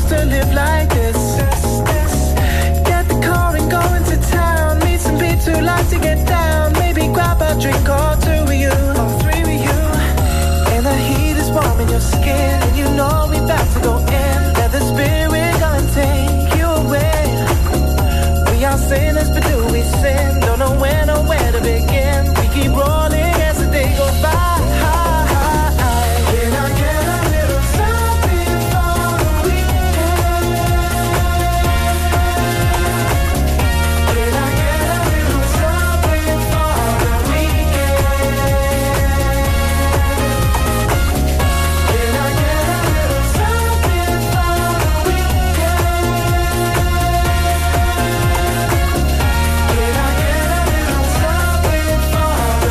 used to live like this. Get the car and go into town. Meet some peeps who like to get down. Maybe grab a drink or two with you, or three with you. And the heat is warm in your skin, and you know we about to go in. Let the spirit go and take you away. We are sinners, but do we sin? Don't know when or where to begin. We keep rolling as the day goes by. Can I get a little something for the weekend? Can I get a little something for the weekend? Can I get a little something for the weekend? Can I get a little something for the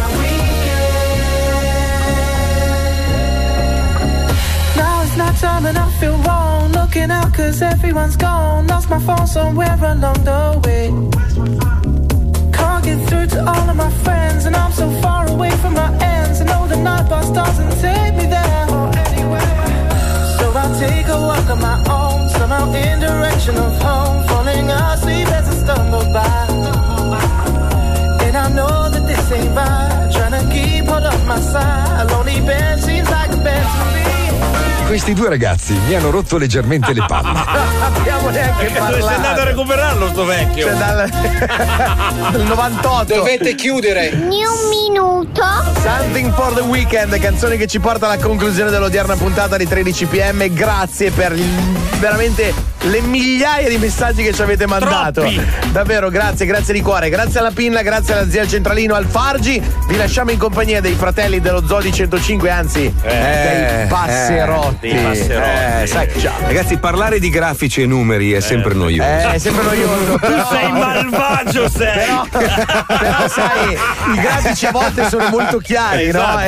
weekend? Now it's not time and I feel wrong. Looking out cause everyone's gone. Lost my phone somewhere along the way. Can't get through to all of my friends, and I'm so far away from my ends. I know the night bus doesn't take me there or anywhere. So I'll take a walk on my own, somehow in direction of home. Falling asleep as I stumble by. And I know that this ain't right. Trying to keep hold of my side. A lonely bed seems like a bed to me. Questi due ragazzi mi hanno rotto leggermente le palle. Abbiamo neanche parlato. Dove sei andato a recuperarlo sto vecchio? Cioè del 98. Dovete chiudere. Un minuto. Something for the Weekend, canzone che ci porta alla conclusione dell'odierna puntata di 13 PM. Grazie per veramente le migliaia di messaggi che ci avete mandato. Troppi. Davvero grazie di cuore. Grazie alla Pinna, grazie alla zia Centralino, al Fargi. Vi lasciamo in compagnia dei fratelli dello Zodi 105, anzi dei Passerotti. Sai, ragazzi, parlare di grafici e numeri è sempre noioso. È sempre noioso. Tu sei malvagio, sei. Però sai, i grafici a volte sono molto chiari, no?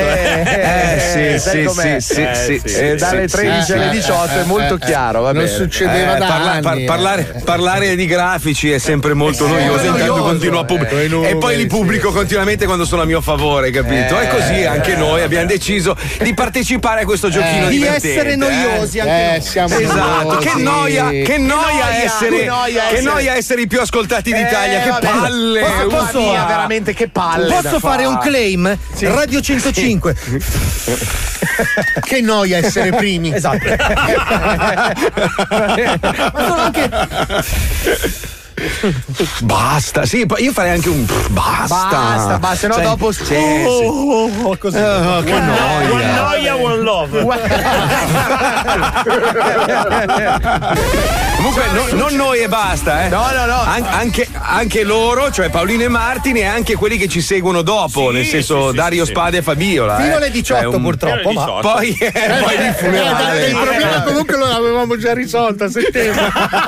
Sì. Dalle 13 alle 18 è molto chiaro, va bene. Non succedeva da anni. Parlare di grafici è sempre molto noioso, intanto continuo a pubblicare e poi li pubblico continuamente quando sono a mio favore, capito? E così anche noi abbiamo deciso di partecipare a questo giochino Di divertente. essere noiosi anche noi. Siamo esatto, noiosi. che noia essere i più ascoltati d'Italia, che palle! Posso veramente che palle. Posso fare un claim? Sì. Radio 105. Che noia essere primi. Esatto. Ma sono anche. Basta, sì, io farei anche un basta, no cioè, dopo così. che noia. One noia, one love. Comunque non noi e basta, No. Anche loro, cioè Paolino e Martin, e anche quelli che ci seguono dopo, nel senso Dario Spade e Fabiola. Fino alle 18 purtroppo, ma poi di funerale. Il problema comunque lo avevamo già risolto a settembre.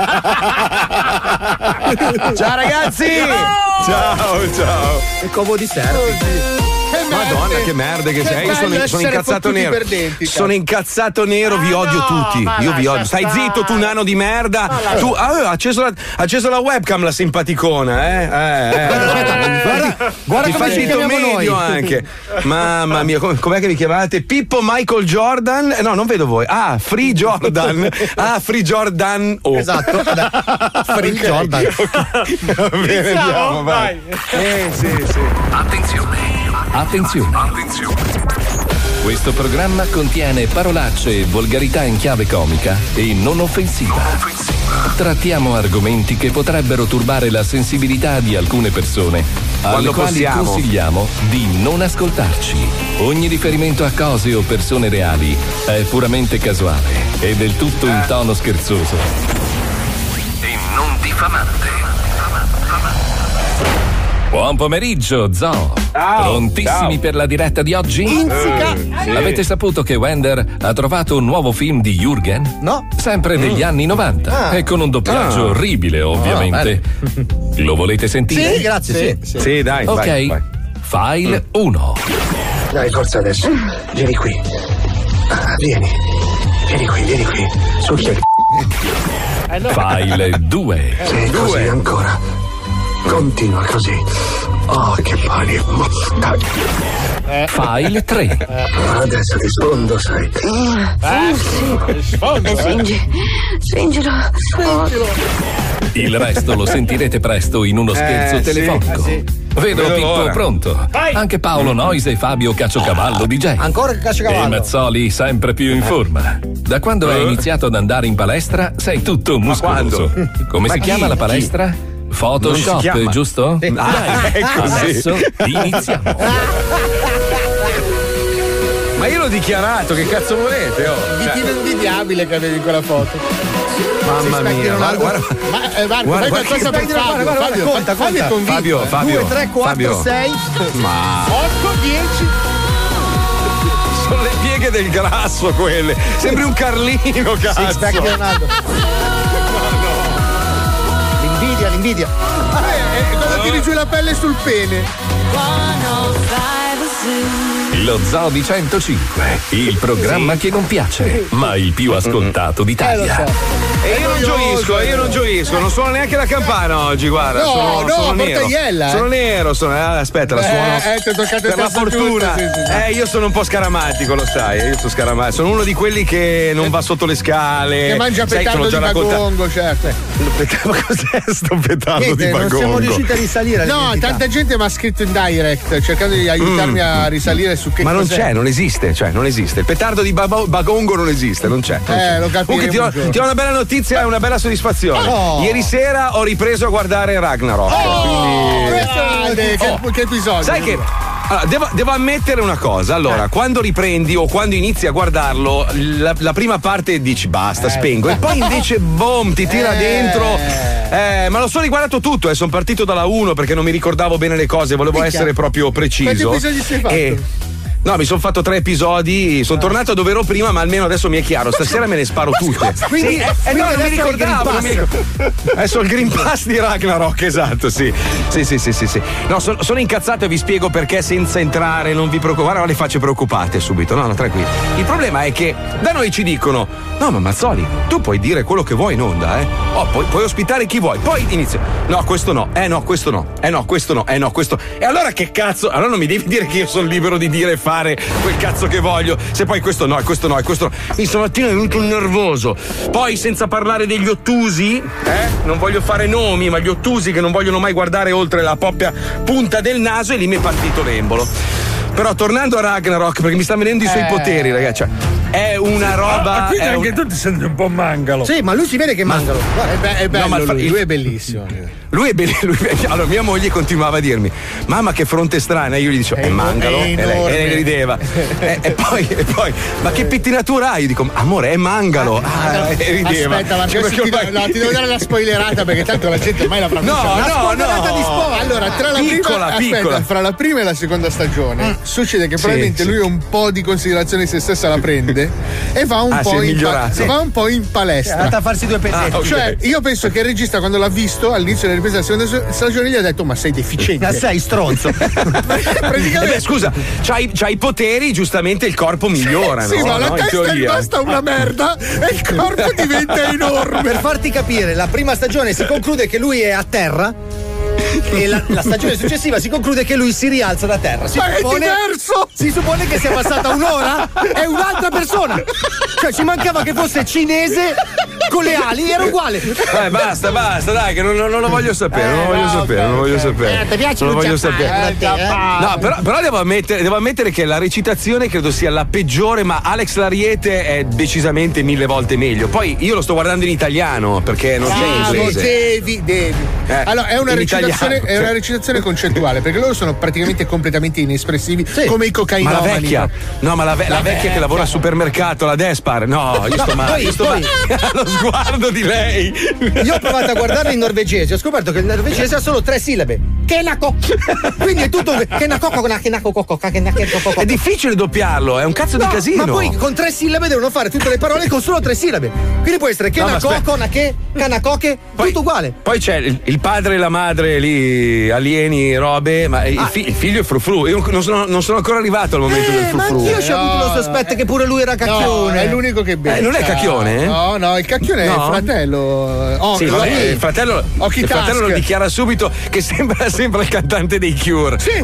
Ciao ragazzi! Ciao. E covo di serpi. Madonna, che merda che sei. Io sono incazzato nero. Sono incazzato nero, vi odio tutti. Io vi odio. Stai zitto, tu nano di merda. Tu ha acceso la webcam, la simpaticona, Guarda mi come fai ci il chiamiamo medio noi. anche. Mamma mia, com'è che vi chiamate? Pippo Michael Jordan? No, non vedo voi. Free Jordan. Free Jordan. Oh. Esatto. Free Jordan. Va bene, andiamo, vai. Sì. Attenzione. Questo programma contiene parolacce e volgarità in chiave comica e non offensiva. Trattiamo argomenti che potrebbero turbare la sensibilità di alcune persone, alle quali consigliamo di non ascoltarci. Ogni riferimento a cose o persone reali è puramente casuale e del tutto in tono scherzoso e non diffamante. Buon pomeriggio, Zoo. Prontissimi per la diretta di oggi? Sì. Avete saputo che Wender ha trovato un nuovo film di Jürgen? No. Sempre degli anni 90 e con un doppiaggio orribile, ovviamente. Lo volete sentire? Sì, grazie. Sì, dai. Ok. Vai. File 1. Dai, forza adesso. Vieni qui. Vieni qui. Succhia. File 2. Sì, così ancora. Continua così. Oh, che panico. File 3. Adesso ti sfondo, sai. Spingilo. Il resto lo sentirete presto in uno scherzo telefonico. Vedo Pippo pronto. Anche Paolo Noise e Fabio Caciocavallo DJ. Ancora Caciocavallo. E Mazzoli sempre più in forma. Da quando hai iniziato ad andare in palestra sei tutto muscoloso. Come si chiama la palestra? Photoshop, giusto? È così. Adesso iniziamo. Ma io l'ho dichiarato, che cazzo volete? Vitino invidiabile che avevi in quella foto. Mamma mia, guarda. Marco, fai qualcosa per Fabio. Fabio, 2, 3, 4, 6. Ma 8, 10. sono le pieghe del grasso quelle. Sembri un Carlino, cazzo. Sì, specchio Leonardo. L'invidia. Quando tiri giù la pelle sul pene. Lo Zoo di 105, il programma che non piace, ma il più ascoltato d'Italia. E io non gioisco, non suono neanche la campana oggi, guarda. Sono nero. Portaiella. Sono nero, aspetta, la suono. Ti è toccato per la fortuna. Sì. Io sono un po' scaramatico, lo sai. Io sono scaramatico. Sono uno di quelli che non va sotto le scale. Che mangia petardo di bagongo, certo. Ma cos'è sto petardo di bagongo? Non siamo riusciti a risalire. No, tanta gente mi ha scritto in direct cercando di aiutarmi a risalire su che ma cos'è. Non c'è, non esiste. Il petardo di bagongo non esiste, non c'è. Lo capiremo. Comunque ti ho una bella notizia e una bella soddisfazione. Ieri sera ho ripreso a guardare Ragnarok. Che episodio? Sai che devo ammettere una cosa. Allora, quando riprendi o quando inizi a guardarlo, la prima parte dici basta, spengo, e poi invece boom, ti tira dentro. Ma lo so riguardato tutto, sono partito dalla 1 perché non mi ricordavo bene le cose, volevo essere proprio preciso. Quanti episodi sei fatto? No, mi sono fatto 3 episodi, sono tornato dove ero prima, ma almeno adesso mi è chiaro, stasera me ne sparo tutte. Quindi, no, non mi ricordavo. Adesso il Green Pass di Ragnarok, esatto, sì. No, sono incazzato e vi spiego perché senza entrare, non vi preoccupate, ora le faccio preoccupate subito, no, tranquilli. Il problema è che da noi ci dicono, no, ma Mazzoli, tu puoi dire quello che vuoi in onda, puoi ospitare chi vuoi, poi inizia, no, questo no, no, questo no, no, questo no, no, questo. E allora che cazzo? Allora non mi devi dire che io sono libero di dire e fare quel cazzo che voglio, se poi questo no, questo no, questo no. Mi stamattina è venuto un nervoso. Poi senza parlare degli ottusi, non voglio fare nomi, ma gli ottusi che non vogliono mai guardare oltre la propria punta del naso, e lì mi è partito l'embolo. Però tornando a Ragnarok, perché mi sta venendo i suoi poteri, ragazzi, è una roba. Quindi anche tu ti senti un po' mangalo. Sì, ma lui si vede che è mangalo. È bello, no, lui è bellissimo. Lui è bellissimo. Allora, mia moglie continuava a dirmi: mamma, che fronte strana. E io gli dicevo: è mangalo. E lei rideva. e poi, ma che pettinatura hai? Io dico: amore, è mangalo. E rideva. Aspetta, Marco, ti devo dare la spoilerata perché tanto la gente ormai l'avrà vista. No. Di Spo. Allora, tra la prima e la seconda stagione succede che probabilmente lui un po' di considerazione di se stessa la prende e va un po' in palestra. È andata a farsi 2 pezzetti. Okay. Cioè, io penso che il regista, quando l'ha visto all'inizio della ripresa della seconda stagione, gli ha detto: ma sei deficiente. Ma sei stronzo. Praticamente. Scusa, c'hai i poteri, giustamente il corpo migliora. Sì, ma la testa è rimasta una merda e il corpo diventa enorme. Per farti capire, la prima stagione si conclude che lui è a terra. E la stagione successiva si conclude che lui si rialza da terra. Ma è diverso! Si suppone che sia passata un'ora, è un'altra persona. Cioè ci mancava che fosse cinese con le ali, era uguale. Basta, dai, che non lo voglio sapere. Non lo voglio sapere. Ti piace? Non lo voglio sapere. No, però devo ammettere che la recitazione credo sia la peggiore, ma Alex Lariete è decisamente 1000 volte meglio. Poi io lo sto guardando in italiano perché non c'è inglese. Devi. Allora, è una recitazione concettuale, perché loro sono praticamente completamente inespressivi, come i cocainomani. Ma la vecchia, la vecchia che lavora al supermercato, la Despar. No, io sto male. Allo sguardo di lei. Io ho provato a guardarlo in norvegese, ho scoperto che il norvegese ha solo 3 sillabe. Kenako. Quindi è tutto Kenako. È difficile doppiarlo, è un cazzo di casino. Ma poi con 3 sillabe devono fare tutte le parole con solo 3 sillabe. Quindi può essere Kenako, Konake. canna coche, tutto uguale. Poi c'è il padre e la madre lì, alieni, robe, ma il figlio è frufru. Io non sono ancora arrivato al momento del frufru. Ma io ci ho avuto lo sospetto che pure lui era cacchione. No, è l'unico che beve. Non è cacchione? No, il cacchione è il fratello. Sì, il fratello lo dichiara subito che sembra il cantante dei Cure. Sì,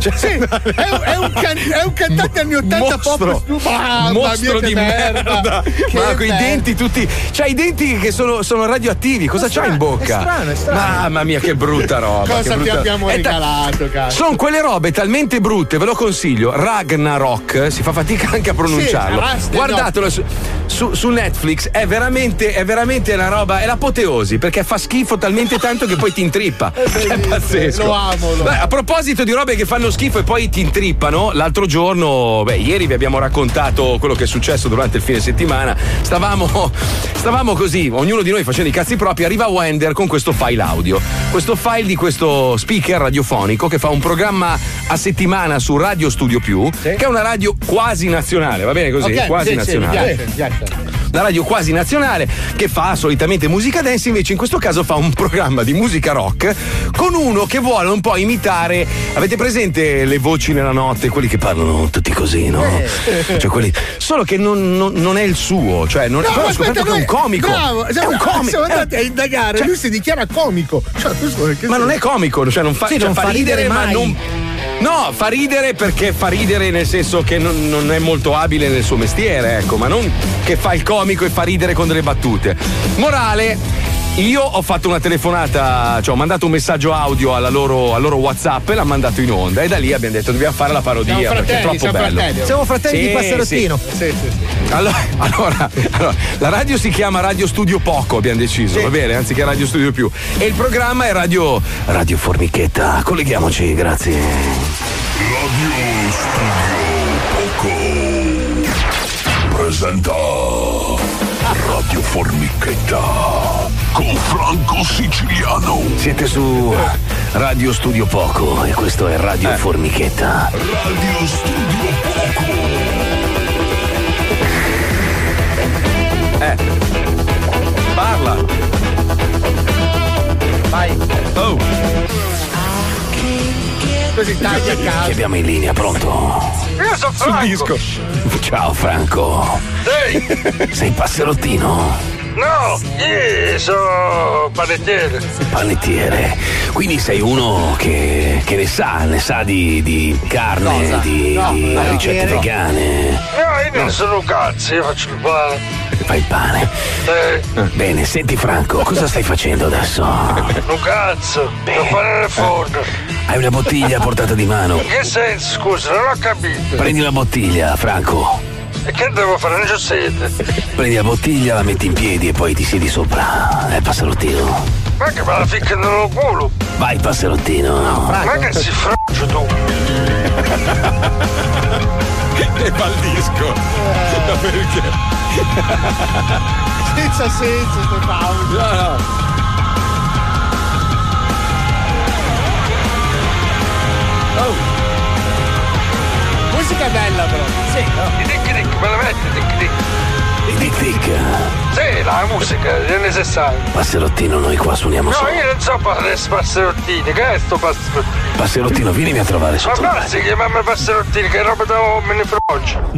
è un cantante anni 80 pop. Mostro di merda. Ma con i denti tutti. C'ha i denti che sono radioattivi. Cosa c'ha in bocca? È strano. Mamma mia, che brutta roba. Cosa ti abbiamo regalato, cazzo? Sono quelle robe talmente brutte, ve lo consiglio. Ragnarok, si fa fatica anche a pronunciarlo. Guardatelo su Netflix, è veramente una roba, è l'apoteosi, perché fa schifo talmente tanto che poi ti intrippa. È pazzesco. Lo amo. Beh, a proposito di robe che fanno schifo e poi ti intrippano, l'altro giorno, ieri vi abbiamo raccontato quello che è successo durante il fine settimana. Stavamo così, ognuno di noi facendo i cazzi propri, arriva Wender con questo file audio. Questo file di questo speaker radiofonico che fa un programma a settimana su Radio Studio Più, che è una radio quasi nazionale, va bene così? Quasi nazionale. Mi piace. Una radio quasi nazionale che fa solitamente musica dance, invece in questo caso fa un programma di musica rock con uno che vuole un po' imitare, avete presente le voci nella notte, quelli che parlano tutti così, no? Cioè quelli, solo che non è il suo, cioè non ho scoperto che è un comico. Bravo, è un comico. Siamo andati a indagare, lui si dichiara comico. Ma non è comico, cioè non fa ridere, ma non. No, fa ridere perché fa ridere nel senso che non è molto abile nel suo mestiere, ecco, ma non che fa il comico e fa ridere con delle battute. Morale, io ho fatto una telefonata, cioè ho mandato un messaggio audio al loro WhatsApp e l'ha mandato in onda e da lì abbiamo detto dobbiamo fare la parodia perché è troppo bello. Siamo fratelli di Passerottino. Sì. Allora, la radio si chiama Radio Studio Poco, abbiamo deciso, va bene, anziché Radio Studio Più. E il programma è Radio Formichetta. Colleghiamoci, grazie. Radio Studio Poco presenta Radio Formichetta con Franco Siciliano. Siete su Radio Studio Poco e questo è Radio Formichetta. Radio Studio Poco. Parla. Vai. Oh. Così taglia a caso. Che abbiamo in linea, pronto? Io sono Franco. Ciao Franco. Sei Passerottino? No, io sono Panettiere. Quindi sei uno che ne sa di carne, di ricette vegane. No, io non sono un cazzo, io faccio il pane. Fai il pane? Bene, senti Franco, cosa stai facendo adesso? Un cazzo, devo fare nel forno. Hai una bottiglia a portata di mano. In che senso, scusa, non ho capito. Prendi la bottiglia, Franco. E che devo fare? Non c'ho sete. Prendi la bottiglia, la metti in piedi e poi ti siedi sopra. Passerottino. Ma che me la ficcano nel culo? Vai, Passerottino. No, ma che si fraggia tu? E fa il disco. Perché? Senza senso, sto pause. No. Oh. Musica bella però. Sì, no? I tic me la metti, tic. I tic. Sì, la musica degli anni 60. Passerottino, noi qua suoniamo solo. No, io non so Passerottini, che è sto Passerottino? Passerottino, vienimi a trovare sotto. Ma basta chiamarmi Passerottini, che roba da me ne froggia.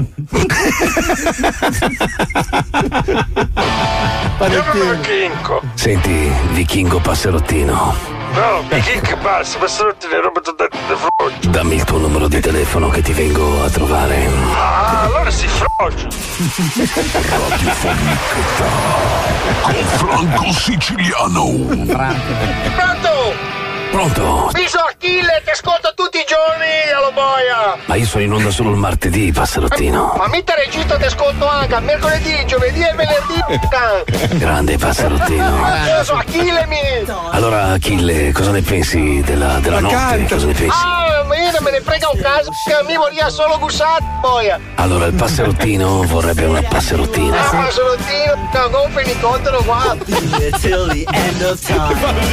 Chiamami Vichingo. Senti, Vichingo Passerottino. No, Vichingo basta, Passerottini è roba da froggia. Dammi il tuo numero di telefono che ti vengo a trovare. Ah, allora si froggia. Radio Formichetta con Franco Siciliano. Pronto? Pronto? Io sono Achille, ti ascolto tutti i giorni alla boia. Ma io sono in onda solo il martedì, Passerottino. Ma mica regista ti ascolto anche mercoledì, giovedì e venerdì. Grande Passerottino. Io sono Achille Allora Achille, cosa ne pensi della notte? Cosa ne pensi? Ma io non me ne frega un caso, che a me volia solo gussato, boia. Allora il Passerottino vorrebbe una Passerottina. Passerottino, no, gonfi mi contano qua. Till the end of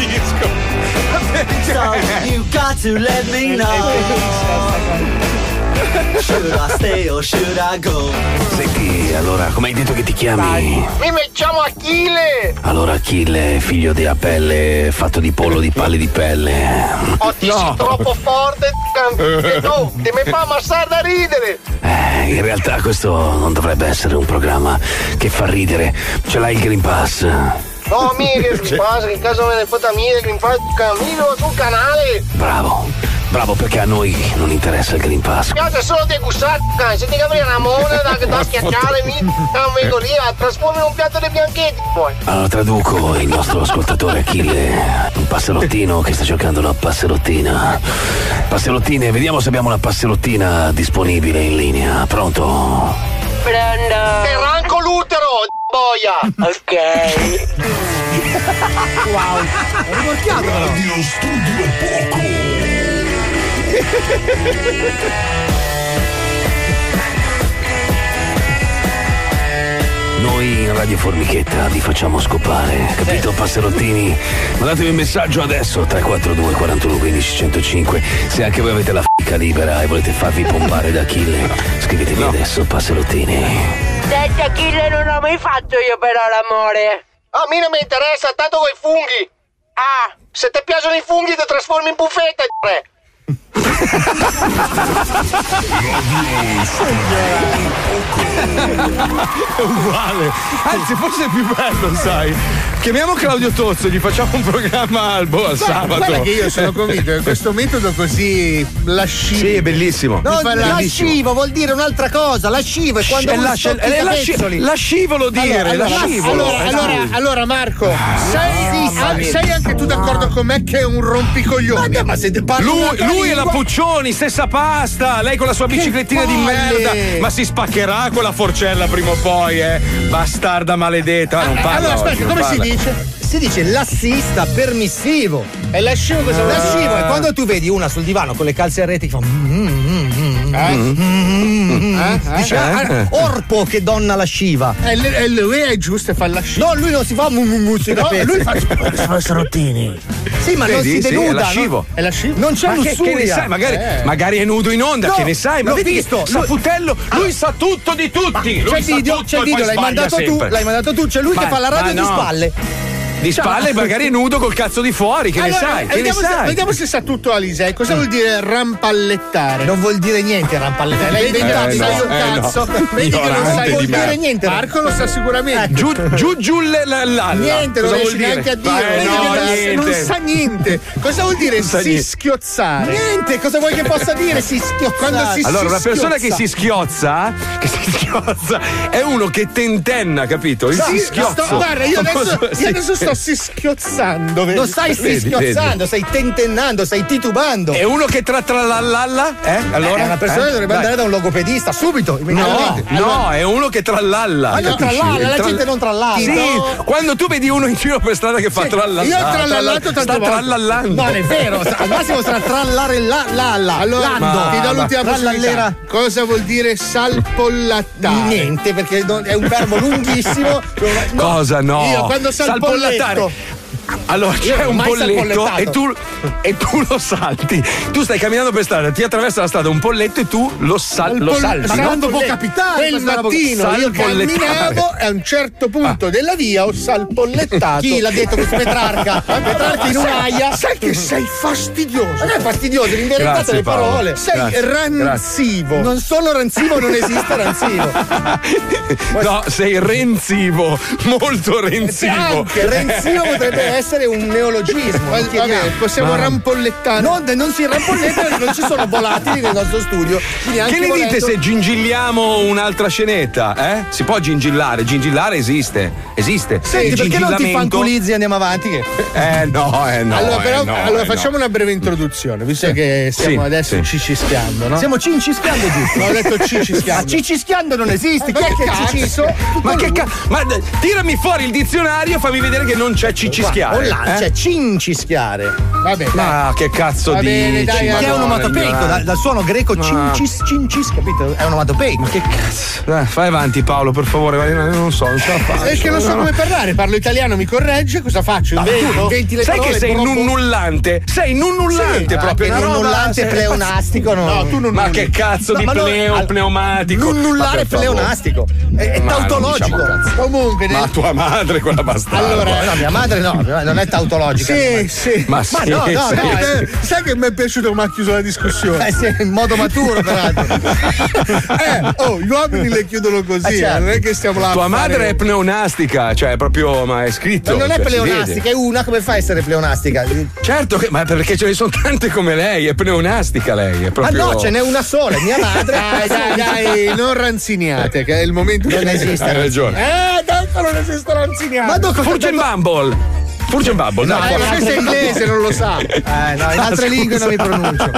time. So you got to let me know. Should I stay or should I go? Senti, allora, come hai detto che ti chiami? Mi chiamo Achille! Allora Achille, figlio di Apelle, fatto di pollo di palle di pelle. Oh, ti sei troppo forte, no, ti mi fa ammassare da ridere! In realtà questo non dovrebbe essere un programma che fa ridere. Ce l'hai il Green Pass? No, mica il Green Pass, che caso me ne fotta mia il Green Pass, cammino sul canale! Bravo, perché a noi non interessa il Green Pass. Mi piace solo di gustare, se ti capri una mona da schiacciare, vengo lì, trasformi in un piatto di bianchetti poi. Allora traduco il nostro ascoltatore Achille, un passerottino che sta cercando una passerottina. Passerottine, vediamo se abbiamo una passerottina disponibile in linea. Pronto? Prendo. Te ranco l'utero, boia. Ok. Wow. Ho rimorchiato però. Radio Studio Poco. Noi in Radio Formichetta vi facciamo scopare, capito passerottini? Mandatevi un messaggio adesso 342 41 15 105. Se anche voi avete la f***a libera e volete farvi pompare da Achille, scrivetevi adesso passerottini. Senti Achille, non ho mai fatto io però l'amore. A me non mi interessa, tanto coi funghi. Ah, se ti piacciono i funghi ti trasformi in buffetta, È uguale, anzi forse è più bello, sai. Chiamiamo Claudio Tozzo, gli facciamo un programma al sabato. Guarda che io sono convinto che questo metodo così lascivo. Sì, è bellissimo. No, lascivo vuol dire un'altra cosa. Lascivo è quando lascivolo dire. Allora Marco, sei anche tu d'accordo con me che è un rompicoglioni? Ma se lui è la Puccioni, stessa pasta, lei con la sua biciclettina di merda, ma si spaccherà quella forcella prima o poi, bastarda maledetta. Non parla. Allora aspetta, come si dice? Si dice lassista permissivo. E lascivo cosa vuol dire? Lascivo è quando tu vedi una sul divano con le calze a rete che fa orpo che donna lasciva. E lui è giusto e fa lascivo. No, lui non si fa sui capelli. Lui fa passerottini. Sì, ma non si denuda. È lascivo. È lascivo. Non c'è che ne sai? Magari è nudo in onda, che ne sai? Ma vedi visto, Saputello, lui sa tutto di tutti. C'è il video, l'hai mandato tu, c'è lui che fa la radio di spalle. Di spalle, magari è nudo col cazzo di fuori, che allora, ne sai? Vediamo se sa tutto Alisei. Cosa vuol dire rampallettare? Non vuol dire niente rampallettare. L'hai inventato, sai un cazzo. Vedi che non sai vuol dire niente. Marco lo sa sicuramente. Giù l'alla. Niente, non riesci neanche a dire. Non sa niente. Cosa vuol dire si schiozzare? Niente, cosa vuoi che possa dire si schiozzare? Allora, una persona che si schiozza è uno che tentenna, capito? Si schiozza. Guarda, io adesso sto schiozzando. Non stai schiozzando, stai tentennando, stai titubando. È uno che trallalla? Allora? È una persona che dovrebbe andare da un logopedista subito. No, è uno che trallalla. Ma non trallalla, la gente non trallalla. Sì, quando tu vedi uno in giro per strada che fa trallalla. Io ho trallallato tante volte. Sta trallallando. Non è vero, al massimo sarà trallare l'alla. Allora, ti do l'ultima possibilità. Cosa vuol dire salpollattare? Niente, perché è un verbo lunghissimo. Cosa no? Io quando salpollattare. Allora c'è un polletto e tu lo salti. Tu stai camminando per strada, ti attraversa la strada un polletto e tu lo salti. Ma quando può capitare? Quel mattino io camminavo e a un certo punto della via ho salpollettato. Chi l'ha detto questo Petrarca? Petrarca in un'aia. Sai che sei fastidioso. Non è fastidioso, l'inventato le parole. Sei ranzivo. Non sono ranzivo, non esiste ranzivo. No, sei renzivo, molto renzivo. Anche renzivo potrebbe essere un neologismo. Vabbè, possiamo rampollettare. Non si rampolletta perché non ci sono volatili nel nostro studio. Che ne dite se gingilliamo un'altra scenetta? Si può gingillare? Gingillare esiste. Senti, perché non ti fanculizzi e andiamo avanti? No. Allora facciamo una breve introduzione, visto che stiamo adesso cicischiando, no? Stiamo cincischiando, giusto? Ho detto cicischiando. Ma cicischiando non esiste. Chi è che è cicisco? Ma tirami fuori il dizionario e fammi vedere che non c'è cicischiando. cincischiare. Cioè cincischiare. Vabbè. Ma che cazzo dici? Che è onomatopeico, dal suono greco cincis, capito? È onomatopeico. Ma che cazzo? Fai avanti Paolo, per favore, non so, non ce la faccio. È che non so come parlare, parlo italiano, mi corregge, cosa faccio? Inventi le sai parole, che sei nunnullante? Sei nunnullante proprio. Nunnullante pleonastico, no, tu non. Ma che cazzo di pneumatico? Nunnullare pleonastico. È tautologico. Comunque. Ma tua madre quella bastarda. Allora, no, mia madre no, non è tautologica. Sì. Ma sì, no. Sai che mi è piaciuto come ha chiuso la discussione? Sì, in modo maturo, peraltro. Gli uomini le chiudono così, certo. Non è che stiamo là. Tua madre è pleonastica, cioè proprio, ma è scritto. Ma non è pleonastica, è una, come fa a essere pleonastica? Certo che, ma perché ce ne sono tante come lei, è pleonastica lei. È proprio... Ma no, ce n'è una sola, mia madre. Dai, non ranziniate, che è il momento non esiste. Hai ragione. Tanto non esiste ranziniate. Ma Furgen Bumble, no, questo è inglese, non lo sa. No, in altre lingue non mi pronuncio.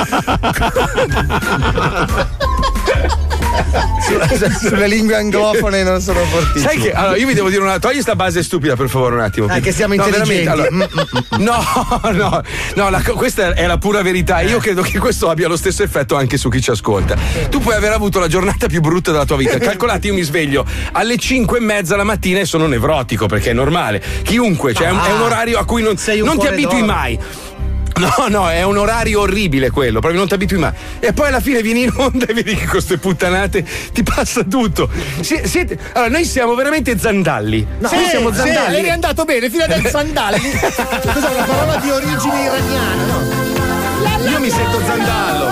Sulle lingue anglofone non sono fortissimo. Sai che allora io vi devo dire togli sta base stupida per favore un attimo. Che siamo intelligenti. Allora, questa è la pura verità. Io credo che questo abbia lo stesso effetto anche su chi ci ascolta. Tu puoi aver avuto la giornata più brutta della tua vita. Calcolate, io mi sveglio alle 5:30 la mattina e sono nevrotico, perché è normale. Chiunque, cioè è un orario a cui non ti abitui mai. No, è un orario orribile quello, proprio non ti abitui mai. E poi alla fine vieni in onda e vedi che con queste puttanate ti passa tutto. Allora, noi siamo veramente zandalli. Noi siamo zandalli. Eri andato bene fino ad zandalli. Cos'è una parola di origine iraniana, no? Io mi sento zandallo.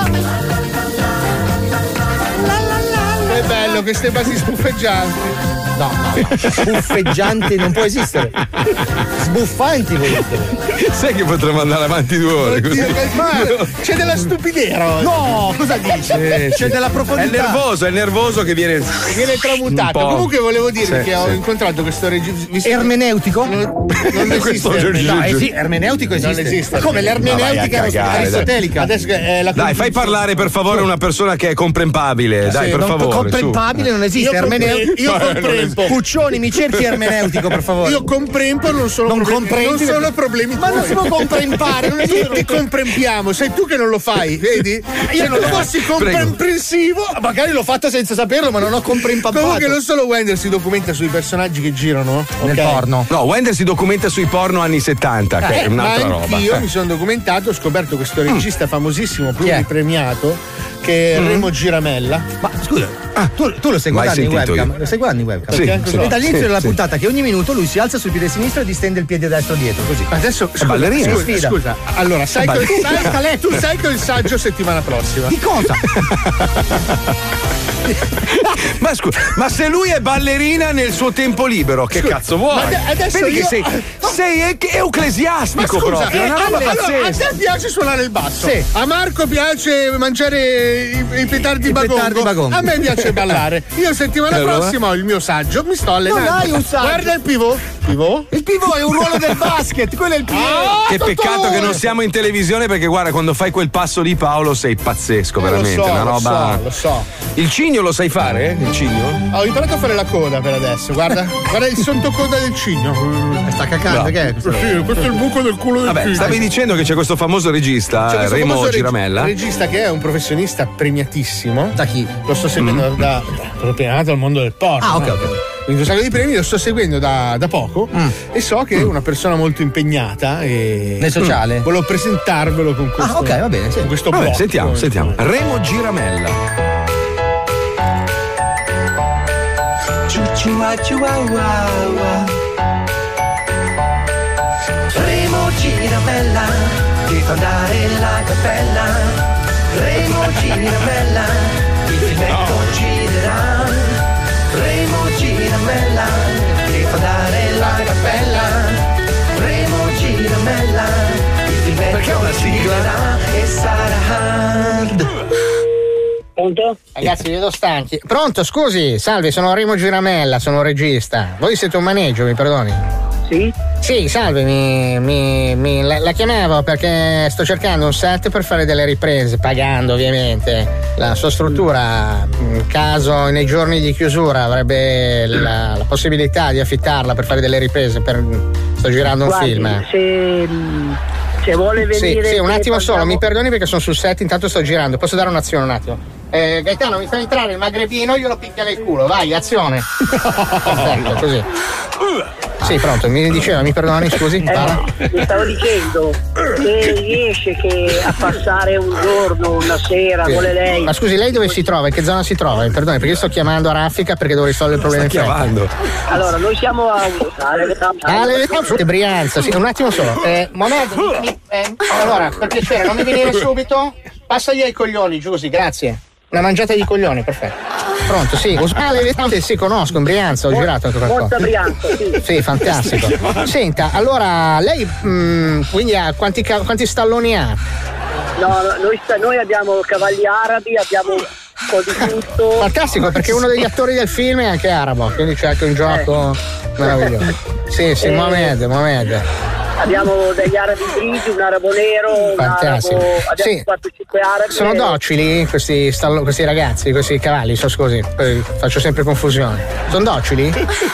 È bello queste basi sbuffeggianti. No, sbuffeggianti non può esistere. Sbuffanti vuol dire. Sai che potremmo andare avanti 2 ore così. Ma c'è della stupidera. No, cosa dici? C'è della profondità. È nervoso che viene tramutato. Comunque volevo dire che ho incontrato questo regista. Ermeneutico? Non esiste. No, ermeneutico esiste. Non esiste. Ma come l'ermeneutica aristotelica? Adesso dai, fai parlare per favore una persona che è comprensabile. Dai, per favore. Comprensibile non esiste. Io comprendo. Puccioni, mi cerchi ermeneutico, per favore. Io comprendo, non sono problemi. Ma non si può comprempare, non esiste. Tutti comprempiamo, sei tu che non lo fai, vedi? Se non fossi comprensivo, magari l'ho fatto senza saperlo, ma non ho comprempampato. Comunque non solo Wender si documenta sui personaggi che girano nel porno. No, Wender si documenta sui porno anni 70, che è un'altra roba. Io mi sono documentato, ho scoperto questo regista famosissimo, pluripremiato, che è Remo Giramella. Ma scusa, tu lo stai guardando in webcam? Lo stai guardando in webcam? Sì. E dall'inizio della puntata che ogni minuto lui si alza sul piede sinistro e distende il piede destro dietro, così. Adesso scusa. Allora, tu sai che ho il saggio settimana prossima. Di cosa? Ma scusa, ma se lui è ballerina nel suo tempo libero, che cazzo vuoi? Adesso vedi che sei ecclesiastico proprio, è una roba pazzesca. A te piace suonare il basso? Sì. A Marco piace mangiare i petardi bagongo. A me piace ballare. Io settimana prossima ho il mio saggio, mi sto allenando. Non hai un saggio. Guarda il pivot. Il pivot è un ruolo del basket, quello è il pivot. Che peccato che non siamo in televisione, perché guarda, quando fai quel passo lì, Paolo, sei pazzesco, veramente. Una roba. Lo so. Il cigno lo sai fare? Il cigno? Ho imparato a fare la coda per adesso. Guarda il sottocoda del cigno. Sta cacando, no. Che è questo? Sì, questo è il buco del culo del cigno. Stavi dicendo che c'è questo famoso regista, Remo Giramella. Un regista che è un professionista premiatissimo. Da chi? Lo sto seguendo da propinato al mondo del porno. Ah, ok. Quindi un sacco di premi, lo sto seguendo da poco e so che è una persona molto impegnata e nel sociale. Volevo presentarvelo con questo. Ah, ok, va bene. Sì. Con questo blocco. Sentiamo. Remo Giramella. Remo Giramella, ti fa andare la cappella. Remo Giramella, il filmetto girerà. Remo Giramella, ti fa dare la cappella. Remo Giramella, il filmetto girerà e sarà hard. Pronto? Ragazzi, vi vedo stanchi. Pronto, scusi, salve, sono Remo Giramella, sono regista. Voi siete un maneggio, mi perdoni? Sì? Sì, salve, la chiamavo perché sto cercando un set per fare delle riprese, pagando ovviamente. La sua struttura, in caso nei giorni di chiusura, avrebbe la possibilità di affittarla per fare delle riprese. Sto girando un film. Se vuole venire. Sì, un attimo solo, mi perdoni perché sono sul set, intanto sto girando. Posso dare un'azione un attimo? Gaetano, mi fa entrare il magrebino, glielo picchia nel culo, vai, azione. Perfetto, così. Sì, pronto, mi diceva, mi perdoni, scusi. Mi stavo dicendo, se riesce a passare un giorno, una sera, vuole lei. Ma scusi, lei dove si trova? In che zona si trova? Perdoni, perché io sto chiamando a Raffica perché devo risolvere il problema in fretta. Allora, noi siamo a Brianza, sì, un attimo solo. Allora, per piacere, non mi venire subito? Passagli ai coglioni, Giusy, grazie. Una mangiata di coglioni, perfetto. Pronto, sì. Sì, conosco, in Brianza, ho girato anche qualcosa. Molta Brianza, sì. Sì, fantastico. Senta, allora, lei quindi quanti stalloni ha? No, noi abbiamo cavalli arabi, abbiamo un po' di tutto. Fantastico, perché uno degli attori del film è anche arabo, quindi c'è anche un gioco meraviglioso. Sì, Mohamed. Abbiamo degli arabi grigi, un arabo nero, fantastico. Abbiamo 4-5 arabi. Sono docili questi ragazzi, questi cavalli, scusi, faccio sempre confusione. Sono docili?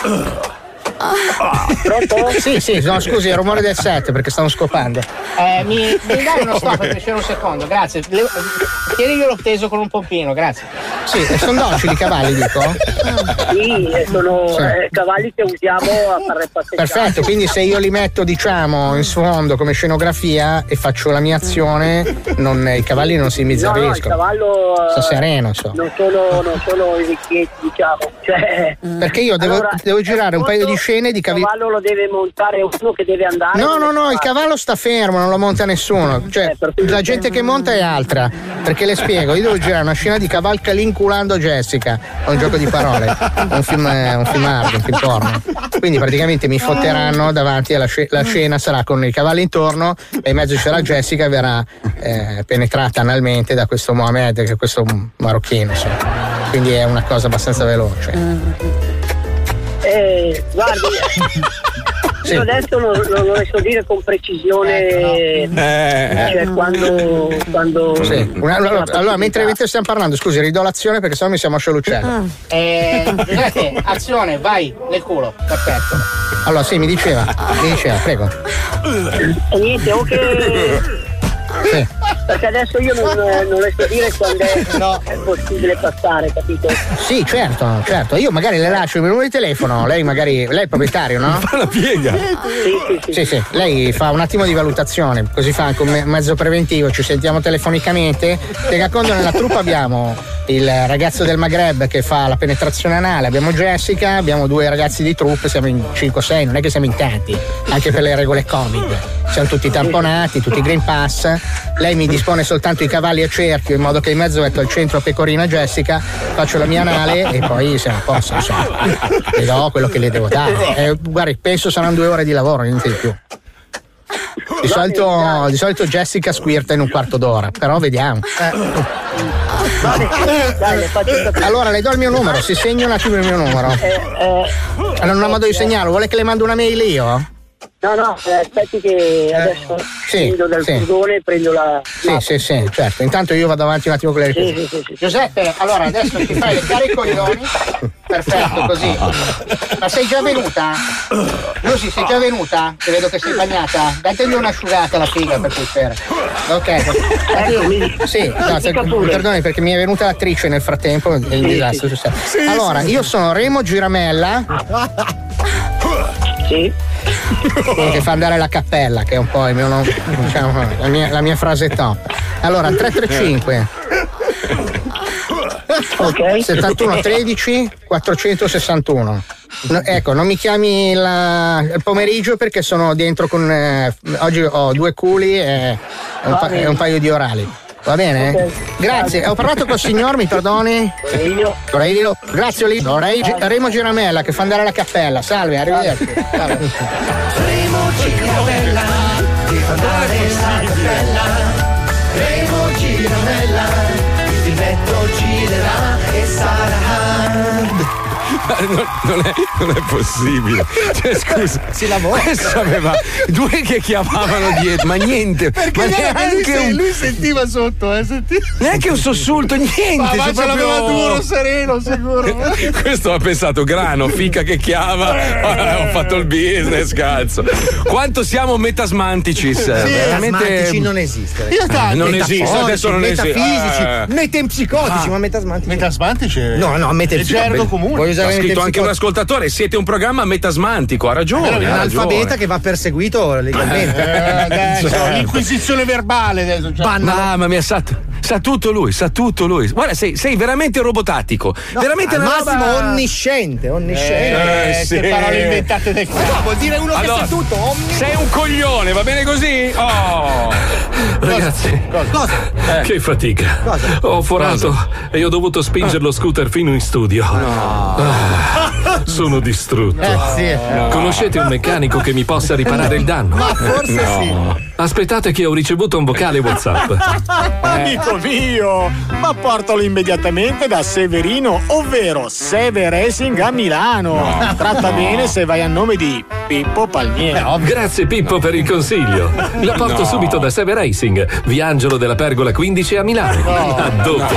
Pronto? Sì, no, scusi, il rumore del set perché stanno scopando. Mi dai uno stop per piacere un secondo, grazie. Tieniglielo teso con un pompino, grazie. Sì, sono docili i cavalli, dico? Sì, sono cavalli che usiamo a fare passeggiate. Perfetto, quindi se io li metto, diciamo, in sfondo come scenografia e faccio la mia azione, i cavalli non si imbizzariscono. No, il cavallo sta sereno, so. Non sono i vecchietti, diciamo. Cioè, perché io devo girare un paio di scene di cavalli. Il cavallo lo deve montare uno che deve andare. No, il cavallo sta fermo, non lo monta nessuno. Cioè, la gente che monta è altra. Perché le spiego, io devo girare una scena di cavalcali inculando Jessica. È un gioco di parole. Un film hard, un film porno. Quindi praticamente mi fotteranno davanti alla la scena sarà con i cavalli intorno e in mezzo c'era Jessica e verrà penetrata analmente da questo Mohamed, che è questo marocchino, insomma. Quindi è una cosa abbastanza veloce. Guardi, io adesso non le so dire con precisione, cioè quando sì. Allora mentre stiamo parlando, scusi, ridò l'azione perché sennò mi siamo moscio l'uccello. Azione, vai nel culo, perfetto. Allora sì, mi diceva, prego. Niente, ok. Sì. Perché adesso io non le so dire quando è possibile passare, capito? Sì, certo. Io magari le lascio il numero di telefono, lei è il proprietario, no? Fa la piega. Sì. Lei fa un attimo di valutazione, così fa anche un mezzo preventivo, ci sentiamo telefonicamente. Tenga conto, nella troupe abbiamo il ragazzo del Maghreb che fa la penetrazione anale, abbiamo Jessica, abbiamo 2 ragazzi di troupe, siamo in 5-6, non è che siamo in tanti, anche per le regole Covid. Siamo tutti tamponati, tutti Green Pass. Lei mi dispone soltanto i cavalli a cerchio in modo che in mezzo metto al centro Pecorina Jessica, faccio la mia anale e poi siamo a posto, insomma. Le do quello che le devo dare. Guardi, penso saranno 2 ore di lavoro, niente di più. Di solito Jessica squirta in un quarto d'ora, però vediamo. Allora le do il mio numero, si segna un attimo il mio numero. Non ho modo di segnarlo, vuole che le mando una mail io? No, aspetti che adesso scendo dal furgone e prendo la. Sì, certo. Intanto io vado avanti un attimo con le richieste. Sì. Giuseppe, allora adesso ci fai le cari coglioni. Perfetto, così. Ma sei già venuta? Lucy, sei già venuta? Ti vedo che sei bagnata. Dategli un'asciugata alla figa per piacere. Ok. Sì, perdoni perché mi è venuta l'attrice nel frattempo. È il disastro. Allora, io sono Remo Giramella. Sì. Che fa andare la cappella, che è un po' il mio nome, diciamo, la mia frase top. Allora 335 71 13 461. Ecco, non mi chiami il pomeriggio perché sono dentro con oggi ho 2 culi e un paio di orali. Va bene? Okay. Grazie, ho parlato col signor, mi perdoni? Correio. Grazie Olivio. Remo Giramella che fa andare la cappella. Salve, arrivederci. Salve. Remo Giramella che fa andare la cappella. Remo Giramella, il diretto girerà e sarà. non è possibile. Cioè, scusa, si lavora. Questo aveva due che chiamavano dietro, ma niente. Perché lui sentiva sotto, neanche un sussulto, niente. Ma ce l'aveva duro, sereno, sicuro. Questo ha pensato grano, fica che chiama. Ho fatto il business, cazzo. Quanto siamo metasmanticis? Sì, veramente non esiste. Non esiste, adesso non esiste. Metafisici, metempsicotici, ma metasmantici. Metasmantici? No, metempsicotici. Gergo comune. Ha scritto anche un ascoltatore, siete un programma metasmantico, ha ragione. È un analfabeta che va perseguito legalmente. L'inquisizione verbale. Mamma mia, sa tutto lui. Guarda, sei veramente robotattico. Veramente al massimo onnisciente. Sì. Che parole inventate del cazzo. Vuol dire uno che sa tutto. Sei un coglione, va bene così? Oh. Ragazzi, cosa? Che fatica. Cosa? Ho forato e ho dovuto spingere lo scooter fino in studio. Sono distrutto. Conoscete un meccanico che mi possa riparare il danno? Ma forse sì. Aspettate che ho ricevuto un vocale WhatsApp. Amico mio, ma portalo immediatamente da Severino, ovvero Seve Racing a Milano. Tratta bene se vai a nome di Pippo Palmieri. Grazie Pippo per il consiglio. La porto subito da Seve Racing, via Angelo della Pergola 15 a Milano. A dopo.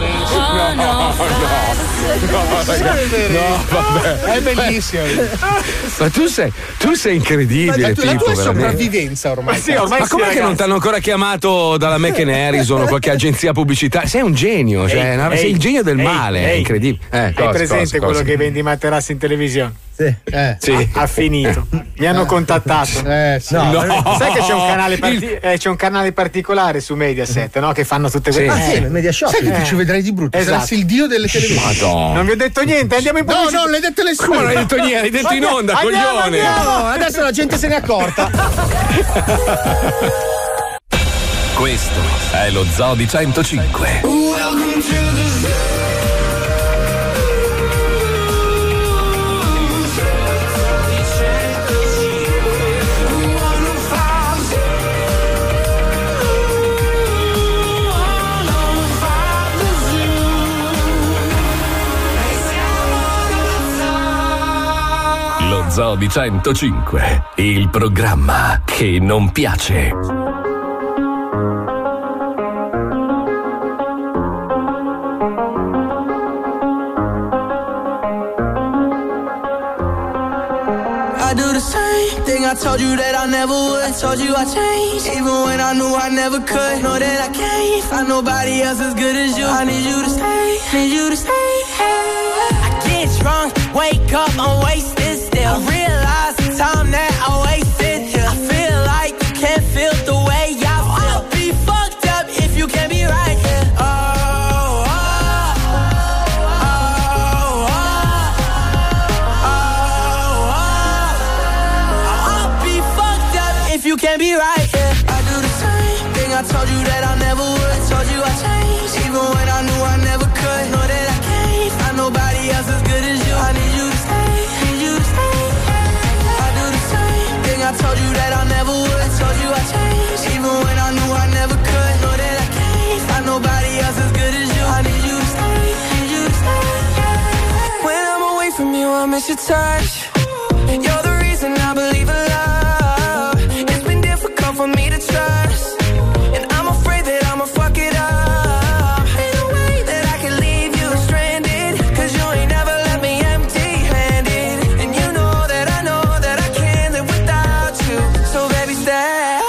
Vabbè. È bellissimo. Ma tu sei incredibile, Pippo. La tua è veramente. sopravvivenza ormai. Ma com'è che non ti hanno ancora chiamato dalla McCann Harrison o qualche agenzia pubblicitaria? Sei un genio, sei il genio del male, è incredibile. Hai presente quello che vende i materassi in televisione? Sì. Ha finito. Mi hanno contattato. Sì. Sai che c'è un canale particolare su Mediaset, no? Che fanno tutte quelle cose. Mediashop. Sai che ti ci vedrai di brutto. Esatto. Saresti il dio delle televisioni. Madonna. Non vi ho detto niente, andiamo in pubblicità. No, non l'hai detto nessuno. Come non hai detto niente? Hai detto in onda, coglione. Adesso la gente se n'è accorta. Questo è lo Zoo di 105. Lo Zoo di 105, il programma che non piace. I do the same thing I told you that I never would. I told you I changed, even when I knew I never could. Know that I can't find nobody else as good as you. I need you to stay, need you to stay. I get drunk, wake up, I'm wasted still. I realize the time that I wasted here. I feel like you can't feel the way I feel. I'll be fucked up if you can't be right here. You can't be right, yeah. I do the same thing I told you that I never would. I told you I changed, even when I knew I never could. Know that I can't find nobody else as good as you. I need you to stay, need you to stay. I do the same thing I told you that I never would. I told you I changed, even when I knew I never could. Know that I can't find nobody else as good as you. I need you to stay, need you to stay. When I'm away from you, I miss your touch. You're the reason I believe in love. For me to trust, and I'm afraid that I'ma fuck it up. Ain't no way that I can leave you stranded, cause you ain't never left me empty-handed. And you know that I can't live without you. So baby stay.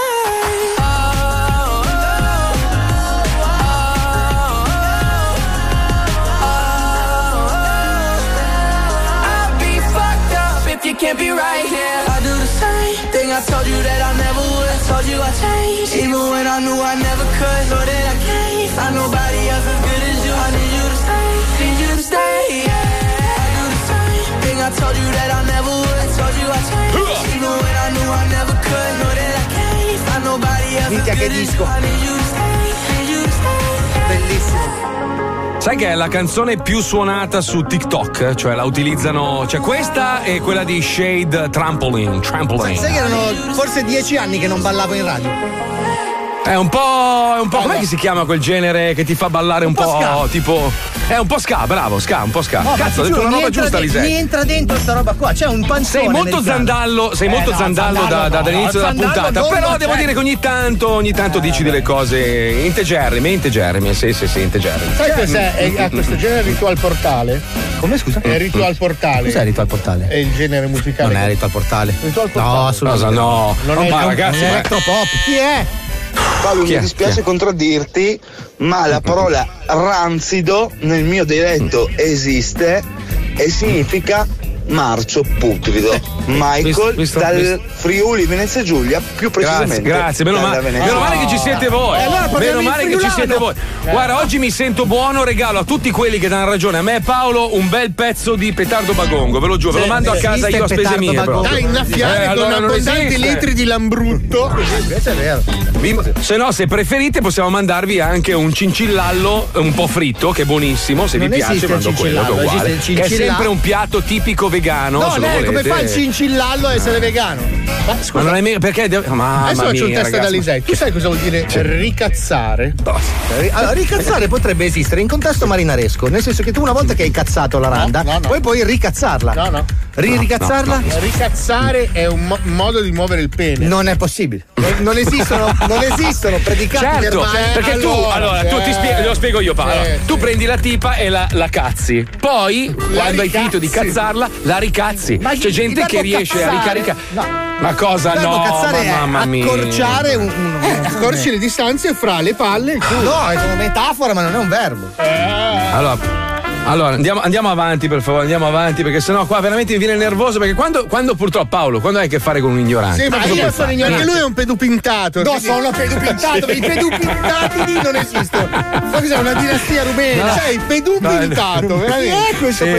I'll be fucked up if you can't be right here. I do the same thing I told you that I never would. Told you I changed, even when I knew I never could. Know that I can't find nobody else as good as you. I need you to stay, need you to stay, yeah. I do the same thing I told you that I never would. Told you I changed, even when I knew I never could. Know that I can't find nobody else as good as you. I need you to stay, need you to stay. Bellissimo. Sai che è la canzone più suonata su TikTok? Cioè la utilizzano. Cioè questa e quella di Shade Trampoline. Sai che erano forse 10 anni che non ballavo in radio. È un po'. Com'è che si chiama quel genere che ti fa ballare un po' ska. Tipo. È un po' ska, bravo, ska, un po' ska. No, cazzo, ho detto una roba giusta, Lisei. Mi entra dentro sta roba qua, c'è un panzone. Sei molto zandallo dall'inizio della puntata. Però devo dire che ogni tanto dici delle cose integerrime, sì, integerrime. Sai cos'è? È questo genere Ritual Portale? Come scusa? È Ritual Portale. Cos'è Ritual Portale? È il genere musicale. Non è Ritual Portale. Ritual Portale. No, assolutamente. No. Non è ragazzi, electropop. Chi è? Paolo, mi dispiace contraddirti, ma la parola ranzido nel mio dialetto esiste e significa marcio putrido. Michael dal Friuli Venezia Giulia, più precisamente. Grazie, meno male che ci siete voi. Meno male che ci siete voi. Guarda, oggi mi sento buono, regalo a tutti quelli che danno ragione a me e Paolo un bel pezzo di petardo bagongo, ve lo giuro, ve lo mando a casa io a spese mie. Da innaffiare con abbondanti litri di lambrutto. Invece è vero. Se no, se preferite, possiamo mandarvi anche un cincillallo un po' fritto, che è buonissimo. Se vi piace, mando quello che è uguale. Che è sempre un piatto tipico vegano. No, lei come fa il cincillallo a essere vegano? Ma scusa, non è mio, perché adesso c'ho un testa da Lisei. Tu sai cosa vuol dire ricazzare? Allora, ricazzare potrebbe esistere in contesto marinaresco, nel senso che tu una volta che hai cazzato la randa, poi puoi ricazzarla. No. Ricazzarla? Ricazzare è un modo di muovere il pene. Non è possibile. Non esistono predicati verbali. Perché tu ti spiego, lo spiego io, Paolo. Tu prendi la tipa e la cazzi. Poi, quando hai finito di cazzarla, la ricazzi. C'è gente che riesce a ricaricare. Ma cosa no? Cazzare mamma mia. Accorciare accorci le distanze fra le palle e il culo. No, è una metafora, ma non è un verbo. Allora, andiamo avanti, per favore, perché sennò qua veramente mi viene nervoso, perché quando purtroppo Paolo, quando hai a che fare con un ignorante? Sì, ma io sono ignorante, lui è un pedupintato. No, sono pedupintato, i pedupintati lì non esistono. Ma cos'è, una dinastia rumena? Sei pedupintato, veramente?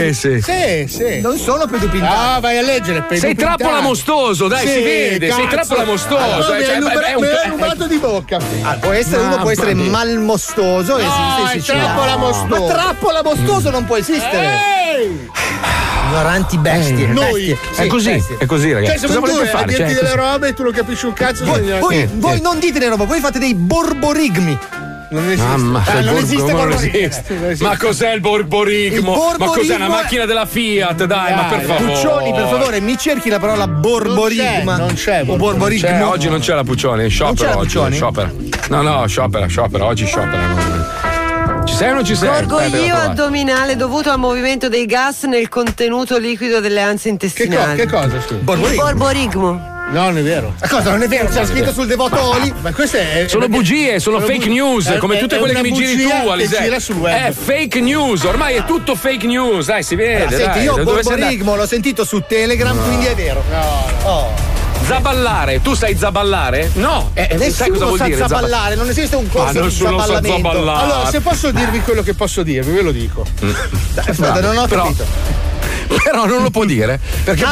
Sì. Non sono pedupintato. Ah, vai a leggere, sei trappola mostoso, dai, si vede, sei trappola mostoso. Me l'hai rubato di bocca. Può essere malmostoso, esiste. Trappola mostoso. Ma trappola mostoso non può esistere. Ignoranti bestie. Noi è così, ragazzi. Cioè, siamo due a dirti delle robe e tu non capisci un cazzo. Voi non dite le robe, voi fate dei borborigmi. Non esiste. Non esiste borborigmo. Ma cos'è il borborigmo? Ma cos'è una macchina della Fiat? Dai, ma per favore. Puccioni, per favore, mi cerchi la parola borborigma. Non c'è borborigmo. Oggi non c'è la Puccioni, sciopero oggi. No, sciopera, oggi sciopera. Ci sei o non ci sei? Gorgoglio addominale dovuto al movimento dei gas nel contenuto liquido delle anse intestinali. Che cosa? Borborigmo. No, non è vero. Ma cosa? Non è vero? C'è scritto sul Devoto Oli. Ma queste sono bugie, sono fake news, come tutte quelle che mi giri tu, Alisei. È fake news, ormai è tutto fake news, dai, si vede. Senti, io borborigmo l'ho sentito su Telegram, quindi è vero. No. Zaballare, tu sai zaballare? No, sai cosa vuol dire? Zaballare, non esiste un corso di zaballamento. Allora, se posso dirvi quello che posso dirvi, ve lo dico. Aspetta, non ho capito. Però non lo può dire perché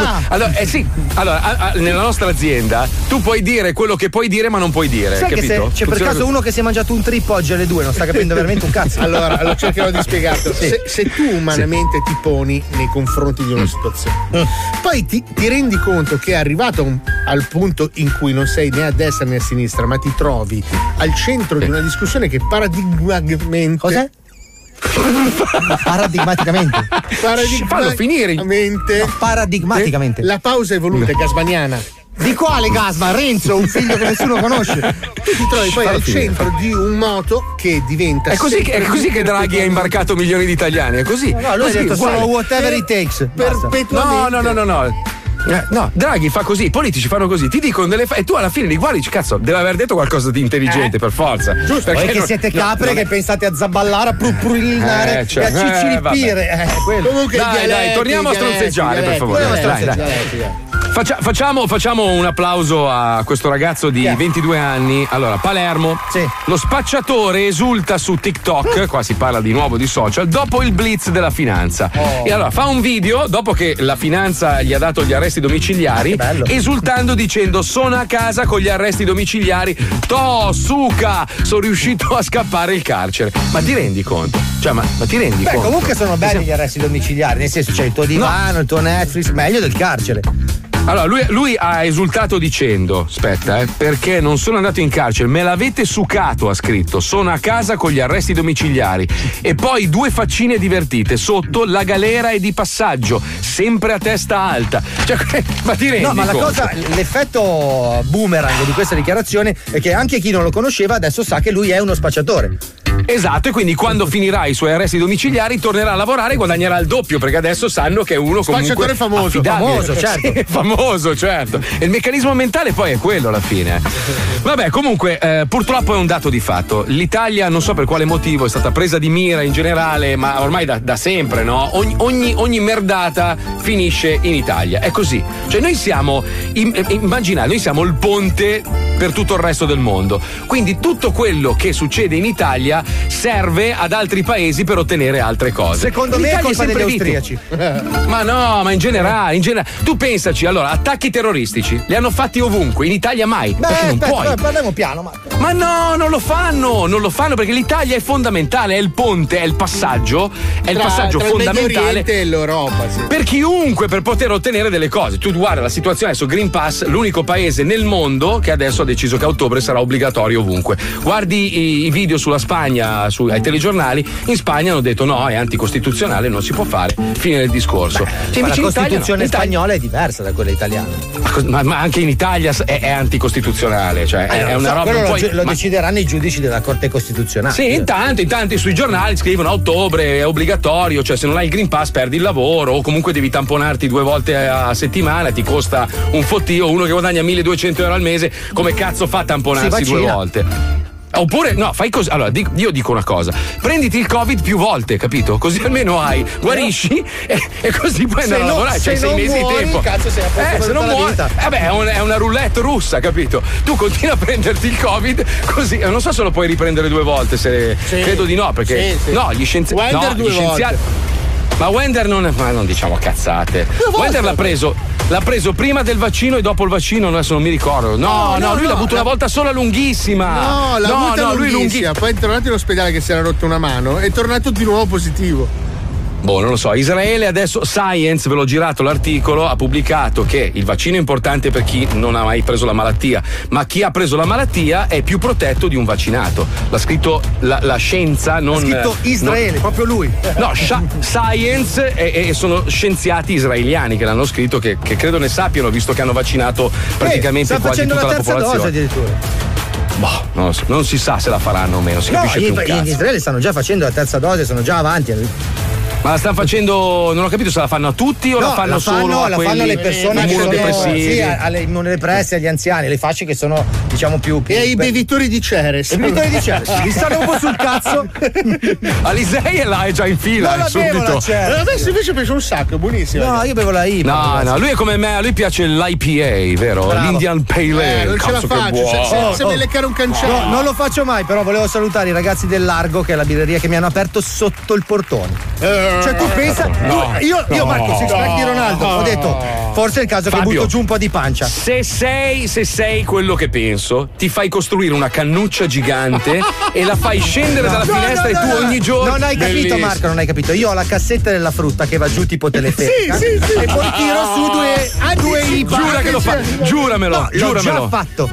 nella nostra azienda tu puoi dire quello che puoi dire ma non puoi dire. Sai capito? Che c'è per caso uno che si è mangiato un trip oggi alle 2, non sta capendo veramente un cazzo. Allora cercherò di spiegarlo. Se tu umanamente ti poni nei confronti di una situazione, poi ti rendi conto che è arrivato al punto in cui non sei né a destra né a sinistra, ma ti trovi al centro di una discussione che paradigmaticamente. Cos'è? Paradigmaticamente. Fallo finire. Paradigmaticamente. La pausa evoluta gasmaniana. Di quale Gasman? Renzo, un figlio che nessuno conosce. Tu ti trovi poi al centro di un moto che diventa. È così che Draghi ha imbarcato milioni di italiani. È così. No, lui ha detto solo whatever it takes. Perpetuamente. No. No, Draghi fa così, i politici fanno così, ti dicono delle e tu alla fine li guardi, cazzo, deve aver detto qualcosa di intelligente per forza. Giusto, perché siete capre che pensate a zaballare, a prupurinare e a cicilipire. Comunque dai, torniamo a stronzeggiare, per favore. Facciamo un applauso a questo ragazzo di 22 anni. Allora, Palermo. Sì. Lo spacciatore esulta su TikTok, qua si parla di nuovo di social, dopo il blitz della finanza. E allora fa un video dopo che la finanza gli ha dato gli arresti domiciliari, esultando dicendo: sono a casa con gli arresti domiciliari, suca, sono riuscito a scappare il carcere. Ma ti rendi conto? Cioè, ma ti rendi conto? Comunque sono belli gli arresti domiciliari, nel senso c'è il tuo divano, il tuo Netflix, meglio del carcere. Allora, lui ha esultato dicendo: aspetta, perché non sono andato in carcere, me l'avete succato, ha scritto. Sono a casa con gli arresti domiciliari. E poi 2 faccine divertite sotto, la galera è di passaggio, sempre a testa alta. Cioè, ma ti rendi ma la conto? cosa, l'effetto boomerang di questa dichiarazione è che anche chi non lo conosceva adesso sa che lui è uno spacciatore. Esatto, e quindi quando finirà i suoi arresti domiciliari tornerà a lavorare e guadagnerà il doppio, perché adesso sanno che è uno comunque spacciatore famoso. affidabile. Famoso, certo. Sì, famoso, certo. E il meccanismo mentale poi è quello alla fine. Vabbè, comunque purtroppo è un dato di fatto. L'Italia, non so per quale motivo, è stata presa di mira in generale, ma ormai da sempre, no? Ogni merdata finisce in Italia. È così. Cioè noi siamo, immaginate, noi siamo il ponte per tutto il resto del mondo. Quindi tutto quello che succede in Italia serve ad altri paesi per ottenere altre cose. Secondo me è colpa degli austriaci. Ma no, ma in generale, tu pensaci, allora, attacchi terroristici li hanno fatti ovunque, in Italia mai. Perché non puoi. Parliamo piano, Ma no, non lo fanno perché l'Italia è fondamentale, è il ponte, è il passaggio, tra fondamentale il Medio Oriente e l'Europa, sì. Per chiunque, per poter ottenere delle cose. Tu guarda la situazione adesso, Green Pass, l'unico paese nel mondo che adesso ha deciso che a ottobre sarà obbligatorio ovunque. Guardi i video sulla Spagna, ai telegiornali, in Spagna hanno detto no, è anticostituzionale, non si può fare, fine del discorso. Ma la Costituzione spagnola è diversa da quella italiana. Ma anche in Italia è anticostituzionale, cioè è una roba. Lo decideranno i giudici della Corte Costituzionale. Sì, intanto sui giornali scrivono a ottobre è obbligatorio, cioè se non hai il Green Pass perdi il lavoro o comunque devi tamponarti 2 volte a settimana, ti costa un fottio. Uno che guadagna 1.200 euro al mese, come cazzo fa a tamponarsi 2 volte? Oppure no, fai così. Allora, io dico una cosa: prenditi il Covid più volte, capito? Così almeno guarisci e così puoi andare a lavorare. C'hai 6 mesi di tempo. Cazzo, sei a posto se non muori, è una roulette russa, capito? Tu continui a prenderti il Covid così. Non so se lo puoi riprendere 2 volte. Credo di no, perché no, gli scienziati. Ma Wender non diciamo cazzate. Wender l'ha preso prima del vaccino e dopo il vaccino, adesso non mi ricordo. No, lui l'ha avuto una volta sola lunghissima. No, lui lunghissima. Poi è tornato in ospedale che si era rotto una mano, è tornato di nuovo positivo. Non lo so. Israele adesso, Science, ve l'ho girato l'articolo, ha pubblicato che il vaccino è importante per chi non ha mai preso la malattia, ma chi ha preso la malattia è più protetto di un vaccinato. L'ha scritto la scienza, non. Ha scritto Israele, proprio lui. No, Science e sono scienziati israeliani che l'hanno scritto, che credo ne sappiano, visto che hanno vaccinato praticamente quasi tutta la popolazione. Dose addirittura. Non lo so, non si sa se la faranno o meno, si capisce più un cazzo. In Israele stanno già facendo la terza dose, sono già avanti. Ma la stanno facendo, non ho capito se la fanno a tutti o la fanno solo a quelli fanno alle persone immunodepressivi? Sì, alle immunodepresse, agli anziani, alle fasce che sono diciamo più e ai bevitori di Ceres. I bevitori di Ceres, mi stanno un po' sul cazzo. Alisei e là è già in fila, non subito. Adesso invece penso un sacco, buonissimo. No, io bevo la IPA. No, lui è come me, a lui piace l'IPA, vero? Bravo. L'Indian Pale Ale. Non ce la faccio, se mi leccare un cancello. No, non lo faccio mai, però volevo salutare i ragazzi del Largo, che è la birreria che mi hanno aperto sotto il portone. Cioè tu pensa. Io Marco Six Pack di Ronaldo ho detto forse è il caso Fabio, che butto giù un po' di pancia. Se sei quello che penso, ti fai costruire una cannuccia gigante e la fai scendere dalla finestra e tu ogni giorno. Non hai capito, bellissimo. Marco, non hai capito. Io ho la cassetta della frutta che va giù tipo teleferica. Sì. E poi tiro su due IPA. Giura che lo fa. Giuramelo. No, giuramelo.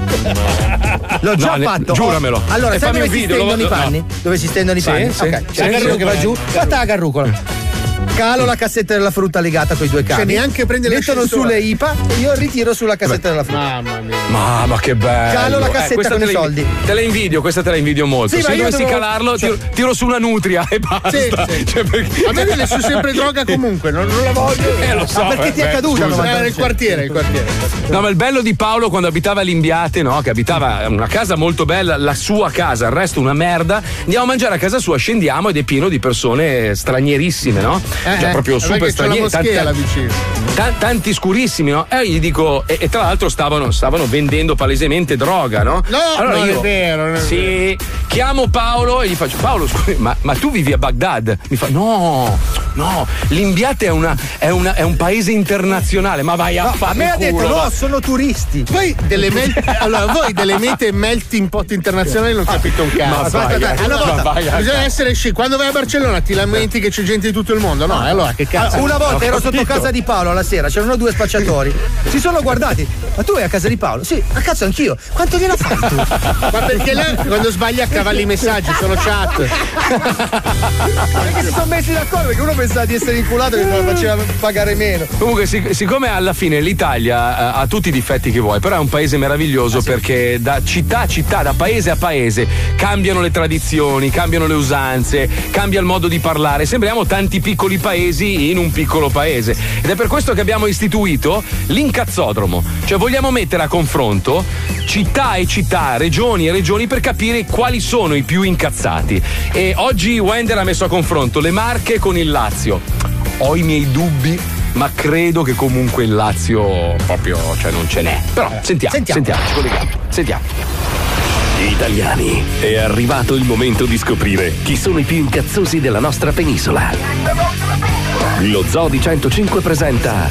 L'ho già fatto. Giuramelo. Allora, sai dove si stendono i panni? Dove si stendono i panni? Ok, c'è la carrucola che va giù. Fatta la carrucola. Calo la cassetta della frutta legata con i 2 cavi. Cioè neanche prende mettono sulle IPA e io ritiro sulla cassetta della frutta. Mamma mia. Mamma che bello. Calo la cassetta con i soldi. Te la invidio, questa te la invidio molto. Sì, se dovessi calarlo, tiro su una nutria e basta. Sì. Cioè, perché... A me viene su sempre droga comunque, non la voglio. Lo so. Ma perché ti è caduta? Nel quartiere. No, ma il bello di Paolo quando abitava a Limbiate, no? Che abitava una casa molto bella, la sua casa, il resto una merda. Andiamo a mangiare a casa sua, scendiamo ed è pieno di persone stranierissime, no? Cioè proprio super stranieri, tanti scurissimi, no? E io gli dico, e tra l'altro stavano vendendo palesemente droga, no? No, allora non è vero. Sì, chiamo Paolo e gli faccio: Paolo, scusi, ma tu vivi a Baghdad? Mi fa: no, No, l'Imbiate è un paese internazionale, ma vai a fare. A me ha detto no, sono turisti. Voi delle mete melting pot internazionali non capite un cazzo. Bisogna essere sci. Quando vai a Barcellona ti lamenti che c'è gente di tutto il mondo, no? Allora che cazzo? Una volta ero sotto casa di Paolo alla sera, c'erano due spacciatori. Si sono guardati. Ma tu vai a casa di Paolo? Sì, a cazzo anch'io. Quanto gliela fai tu? Ma perché là quando sbagli accavalli i messaggi, sono chat. Perché si sono messi d'accordo, perché uno pensava di essere inculato e che faceva pagare meno. Comunque, siccome alla fine l'Italia ha tutti i difetti che vuoi, però è un paese meraviglioso perché da città a città, da paese a paese, cambiano le tradizioni, cambiano le usanze, cambia il modo di parlare. Sembriamo tanti piccoli paesi in un piccolo paese. Ed è per questo che abbiamo istituito l'incazzodromo. Cioè vogliamo mettere a confronto città e città, regioni e regioni per capire quali sono i più incazzati. E oggi Wender ha messo a confronto le Marche con il Lazio. Ho i miei dubbi, ma credo che comunque il Lazio proprio, cioè non ce n'è. Però sentiamo. Italiani, è arrivato il momento di scoprire chi sono i più incazzosi della nostra penisola. Lo Zoo di 105 presenta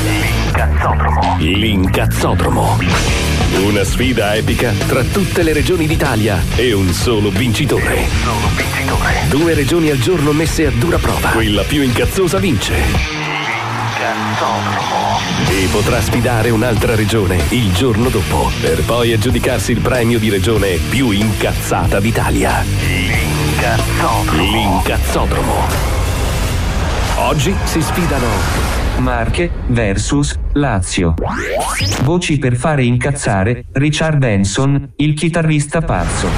L'incazzodromo. Una sfida epica tra tutte le regioni d'Italia e un solo vincitore. 2 regioni al giorno messe a dura prova. Quella più incazzosa vince. E potrà sfidare un'altra regione il giorno dopo, per poi aggiudicarsi il premio di regione più incazzata d'Italia. L'incazzodromo. Oggi si sfidano Marche versus Lazio. Voci per fare incazzare Richard Benson, il chitarrista pazzo.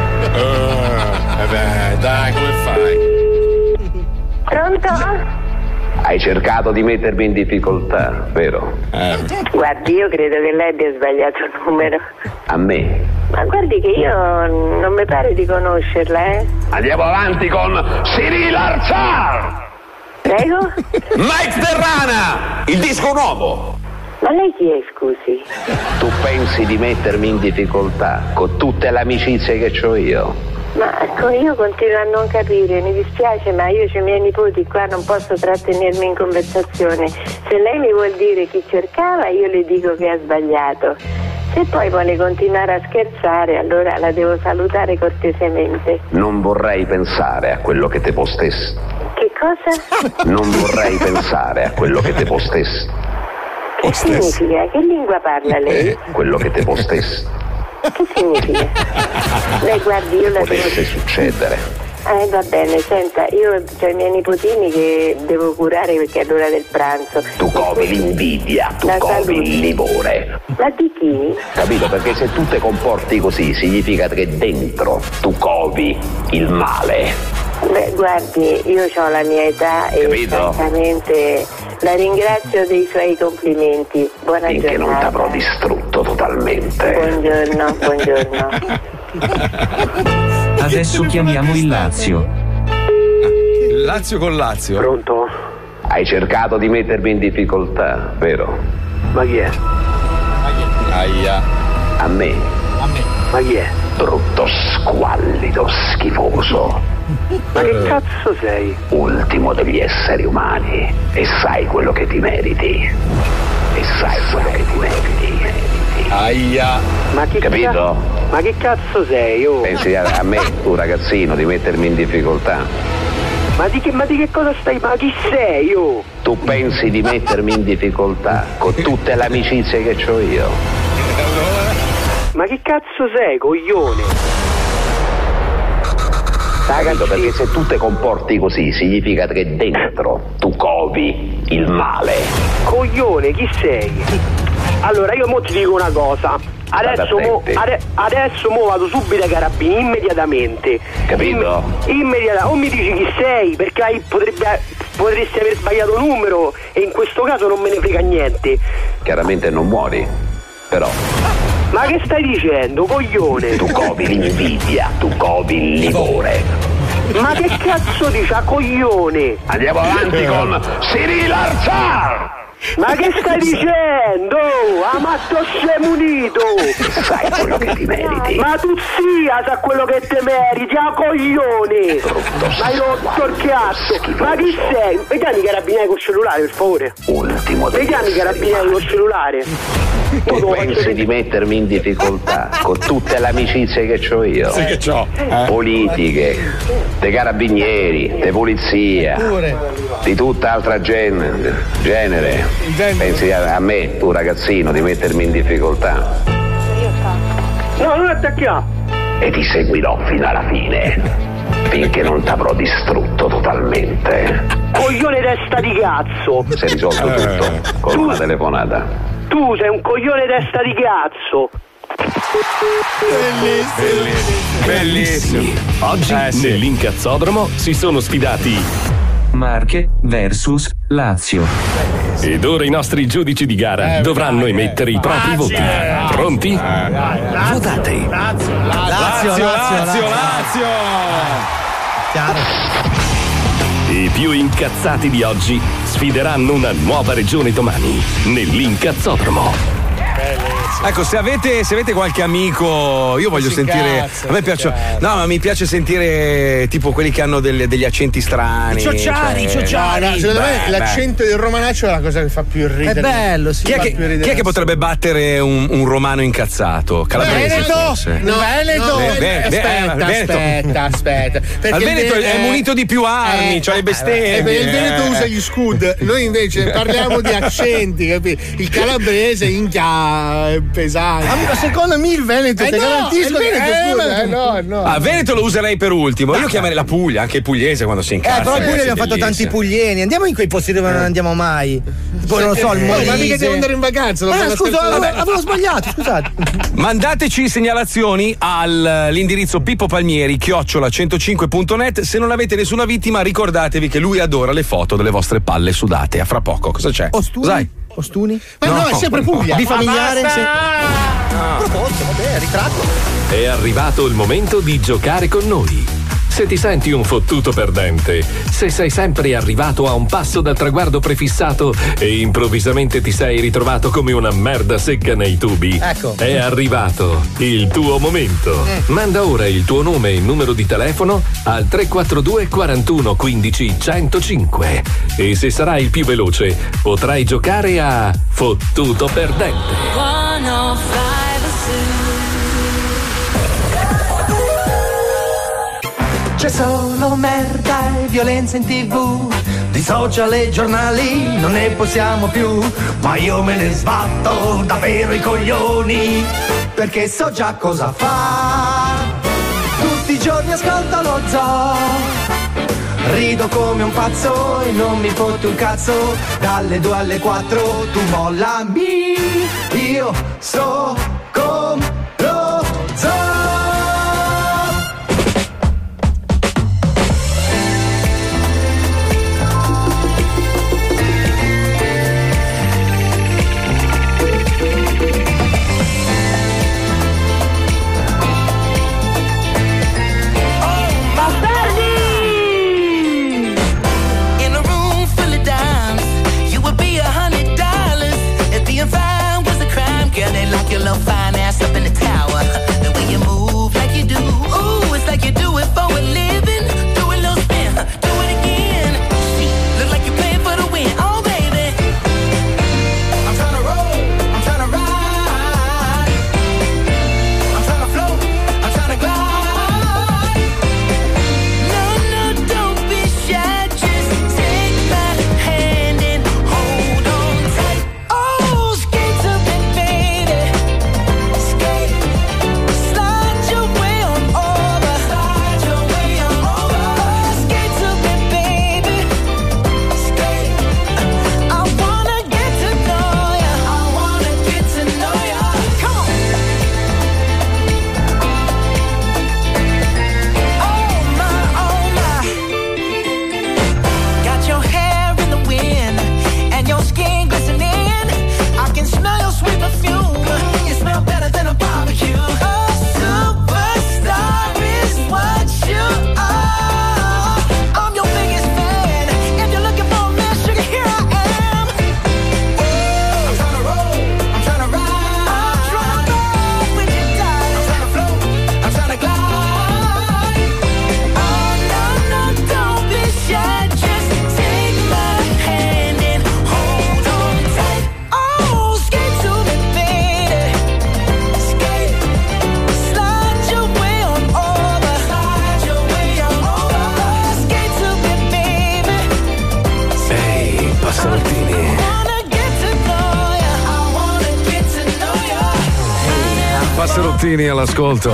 Dai, come fai? Pronto? Hai cercato di mettermi in difficoltà, vero? Guardi, io credo che lei abbia sbagliato il numero. A me? Ma guardi che io non mi pare di conoscerla, eh? Andiamo avanti con Cyril Arciar! Prego? Mike Terrana! Il disco nuovo! Ma lei chi è, scusi? Tu pensi di mettermi in difficoltà con tutte le amicizie che c'ho io? Ma io continuo a non capire, mi dispiace, ma io ho i miei nipoti qua, non posso trattenermi in conversazione. Se lei mi vuol dire chi cercava, io le dico che ha sbagliato. Se poi vuole continuare a scherzare, allora la devo salutare cortesemente. Non vorrei pensare a quello che te postessi. Che cosa? Non vorrei pensare a quello che te postessi. Che significa? Che lingua parla lei? Quello che te postessi. Che significa? Lei guardi, io la potesse succedere. Va bene, senta, io ho i miei nipotini che devo curare perché è l'ora del pranzo. Tu covi l'invidia, tu covi il livore. Ma di chi? Capito? Perché se tu ti comporti così significa che dentro tu covi il male. Beh, guardi, io ho la mia età e francamente la ringrazio dei suoi complimenti. Buona finché giornata. Non t'avrò distrutto totalmente. Buongiorno. Adesso chiamiamo il Lazio. Il Lazio con Lazio. Pronto? Hai cercato di mettermi in difficoltà, vero? Ma chi è? Aia. A me. Ma chi è? Brutto, squallido, schifoso. Ma che cazzo sei? Ultimo degli esseri umani. E sai quello che ti meriti. Aia. Ma che capito? Ma che cazzo sei? Oh? Pensi a me, tu ragazzino, di mettermi in difficoltà? Ma di che cosa stai? Ma chi sei? Oh? Tu pensi di mettermi in difficoltà con tutte le amicizie che c'ho io? Ma che cazzo sei, coglione? Capito? Perché se tu ti comporti così significa che dentro tu covi il male. Coglione, chi sei? Allora io mo ti dico una cosa. Adesso mo vado subito ai carabinieri immediatamente. Capito? O mi dici chi sei, perché potresti aver sbagliato numero e in questo caso non me ne frega niente. Chiaramente non muori, però. Ma che stai dicendo, coglione? Tu covi l'invidia, tu covi il livore. Ma che cazzo dici, coglione? Andiamo avanti con Cyril Arciar! Ma che stai dicendo? Amatto sei munito! Sai quello che ti meriti. Ma tu sia sa quello che te meriti, a coglione! Ma hai rotto il cazzo! Ma chi sei? Vediamo i carabinieri col cellulare, per favore. Ultimo Vediamo i carabinieri col cellulare. Tu pensi di mettermi in difficoltà con tutte le amicizie che c'ho io? Sì, che c'ho. Politiche, dei carabinieri, di polizia, di tutta altra genere. Pensi a me, tu ragazzino, di mettermi in difficoltà? No, non attacchiamo. E ti seguirò fino alla fine, finché non t'avrò distrutto totalmente. Coglione testa di cazzo. Si è risolto tutto con una telefonata. Tu sei un coglione testa di cazzo. Bellissimo. Oggi nell'incazzodromo si sono sfidati Marche vs Lazio. ed ora i nostri giudici di gara dovranno emettere i propri voti. Pronti? Votate. Lazio. Chiaro. I più incazzati di oggi sfideranno una nuova regione domani nell'incazzodromo. Ecco, se avete qualche amico, io voglio sentire. A me piace. No, ma mi piace sentire tipo quelli che hanno degli accenti strani. I ciociari. Secondo me l'accento del romanaccio è la cosa che fa più ridere. È bello, sì. Chi è che potrebbe battere un romano incazzato? Calabrese. Aspetta. Perché il Veneto è munito di più armi, c'ha le bestemmie. Il Veneto usa gli scud, noi invece parliamo di accenti, capito? Il calabrese è pesante. Ma secondo me il Veneto ti garantisco no. Ah, Veneto lo userei per ultimo. Io chiamerei la Puglia, anche il pugliese quando si incazza. Però in Puglia abbiamo fatto tanti puglieni. Andiamo in quei posti dove non andiamo mai. Poi non lo so, il Molise. Ma mica devo andare in vacanza. Scusa, avevo sbagliato, scusate. Mandateci segnalazioni all'indirizzo pippopalmieri@105.net. Se non avete nessuna vittima, ricordatevi che lui adora le foto delle vostre palle sudate. A fra poco, cosa c'è? Ostuni? Ma no, è sempre Puglia. Bifamiliare? Proposto, vabbè, ritratto. È arrivato il momento di giocare con noi. Se ti senti un fottuto perdente, se sei sempre arrivato a un passo dal traguardo prefissato e improvvisamente ti sei ritrovato come una merda secca nei tubi, ecco, è arrivato il tuo momento. Manda ora il tuo nome e numero di telefono al 342 41 15 105 e se sarai il più veloce potrai giocare a Fottuto Perdente. C'è solo merda e violenza in TV, di social e giornali non ne possiamo più, ma io me ne sbatto davvero i coglioni, perché so già cosa fa. Tutti i giorni ascolto lo zoo, rido come un pazzo e non mi fotte un cazzo, dalle 2 alle 4 tu mollami, io sto con lo zoo. Your little fine ass up in the passerottini all'ascolto.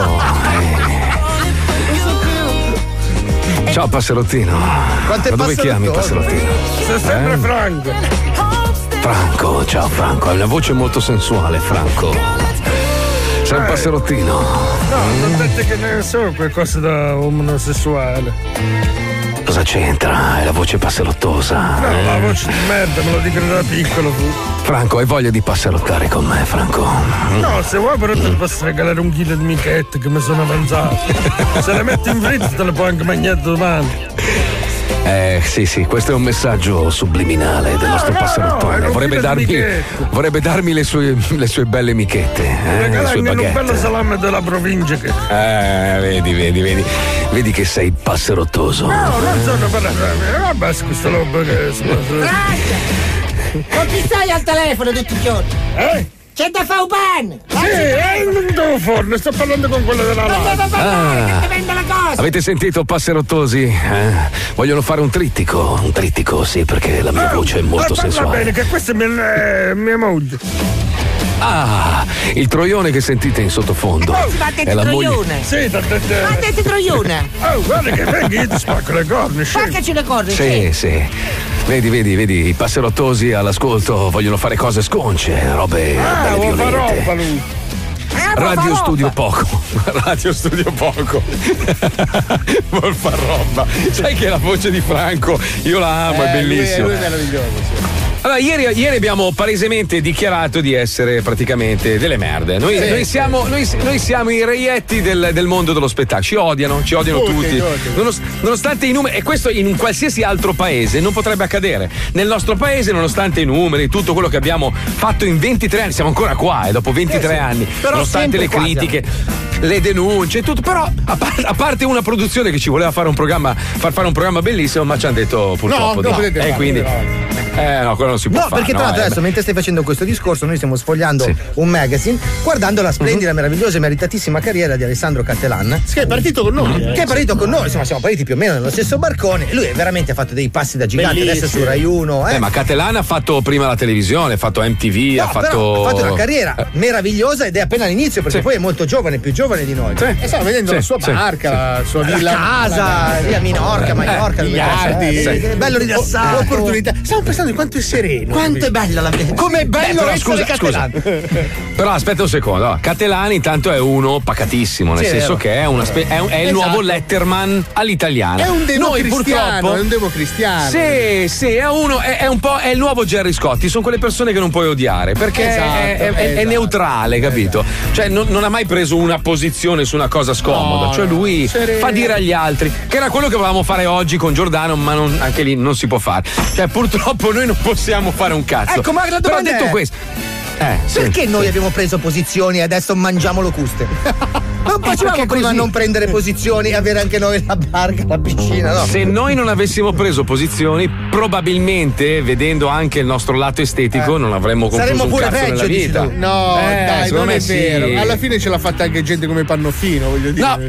Ciao passerottino. Quante Ma dove chiami passerottino? Sei sempre Franco. Franco, ciao Franco, hai una voce molto sensuale, Franco. Sei un passerottino. No, non detto che ne so qualcosa da omosessuale. Cosa c'entra? È la voce passerottosa. No, la voce di merda, me lo dicono da piccolo tu. Franco, hai voglia di passerottare con me, Franco? No, se vuoi però te posso regalare un chilo di michette che mi sono avanzate. Se le metti in fritto te le puoi anche mangiare domani. Sì, questo è un messaggio subliminale del nostro passerottone. Vorrebbe darmi le sue belle michette. Le sue baguette. Un bello salame della provincia che. Vedi che sei passerottoso. No, non sono per vabbè, questa roba che. Con chi stai al telefono tutti i giorni? C'è da fare un pan! Sì, non devo forno, sto parlando con quello della non devo parlare, che ti vende la cosa! Avete sentito passerottosi? Vogliono fare un trittico, sì, perché la mia voce è molto sensuale. Va bene, che questa è mia moglie. Ah, il troione che sentite in sottofondo. È la moglie. Sì, Ma dette troione! Oh, guarda che venga, io ti spacco le corna. Spaccaci le corna, sì. Vedi, i passerottosi all'ascolto vogliono fare cose sconce, robe belle violente. Roba lui. Radio Studio Poco. Vuol far roba. Sai che la voce di Franco, io la amo, è bellissima. Lui è meraviglioso, sì. Allora, ieri abbiamo palesemente dichiarato di essere praticamente delle merde. Noi siamo i reietti del mondo dello spettacolo. Ci odiano tutti. Nonostante i numeri, e questo in un qualsiasi altro paese non potrebbe accadere. Nel nostro paese, nonostante i numeri, tutto quello che abbiamo fatto in 23 anni, siamo ancora qua, dopo 23 anni, però nonostante le critiche, le denunce, tutto. Però, a parte una produzione che ci voleva far fare un programma bellissimo, ma ci hanno detto purtroppo quindi. No, quello non si può fare. Perché tra l'altro adesso, mentre stai facendo questo discorso, noi stiamo sfogliando un magazine, guardando la splendida, meravigliosa e meritatissima carriera di Alessandro Cattelan, che è partito con noi. Insomma, siamo partiti più o meno nello stesso barcone. E lui veramente ha fatto dei passi da gigante. Bellissimo. Adesso su Rai 1. Ma Cattelan ha fatto prima la televisione, ha fatto MTV, ha fatto una carriera meravigliosa ed è appena all'inizio, perché poi è molto giovane, più giovane di noi. E stavo vedendo la sua barca, la sua villa, la casa, via Minorca, Maiorca, miliardi, bello rilassato, opportunità. Stiamo pensando di quanto è sereno. Quanto è bella la vita. Com'è bello essere Cattelan. Però aspetta un secondo. Cattelan intanto è uno pacatissimo, nel senso che è il nuovo Letterman all'italiana. È un democristiano. Sì, è un po' il nuovo Gerry Scotti. Sono quelle persone che non puoi odiare perché è neutrale, capito? Cioè non ha mai preso una posizione su una cosa scomoda. Cioè lui fa dire agli altri, che era quello che volevamo fare oggi con Giordano, ma anche lì non si può fare. Cioè purtroppo noi non possiamo fare un cazzo. Ecco, ma la domanda però detto è questo, perché noi abbiamo preso posizioni e adesso mangiamo locuste? Non facevamo prima non prendere posizioni e avere anche noi la barca, la piscina, no? Se noi non avessimo preso posizioni, probabilmente, vedendo anche il nostro lato estetico, non avremmo concluso un cazzo nella vita. No, dai, non è vero. Alla fine ce l'ha fatta anche gente come Pannofino, voglio dire. No,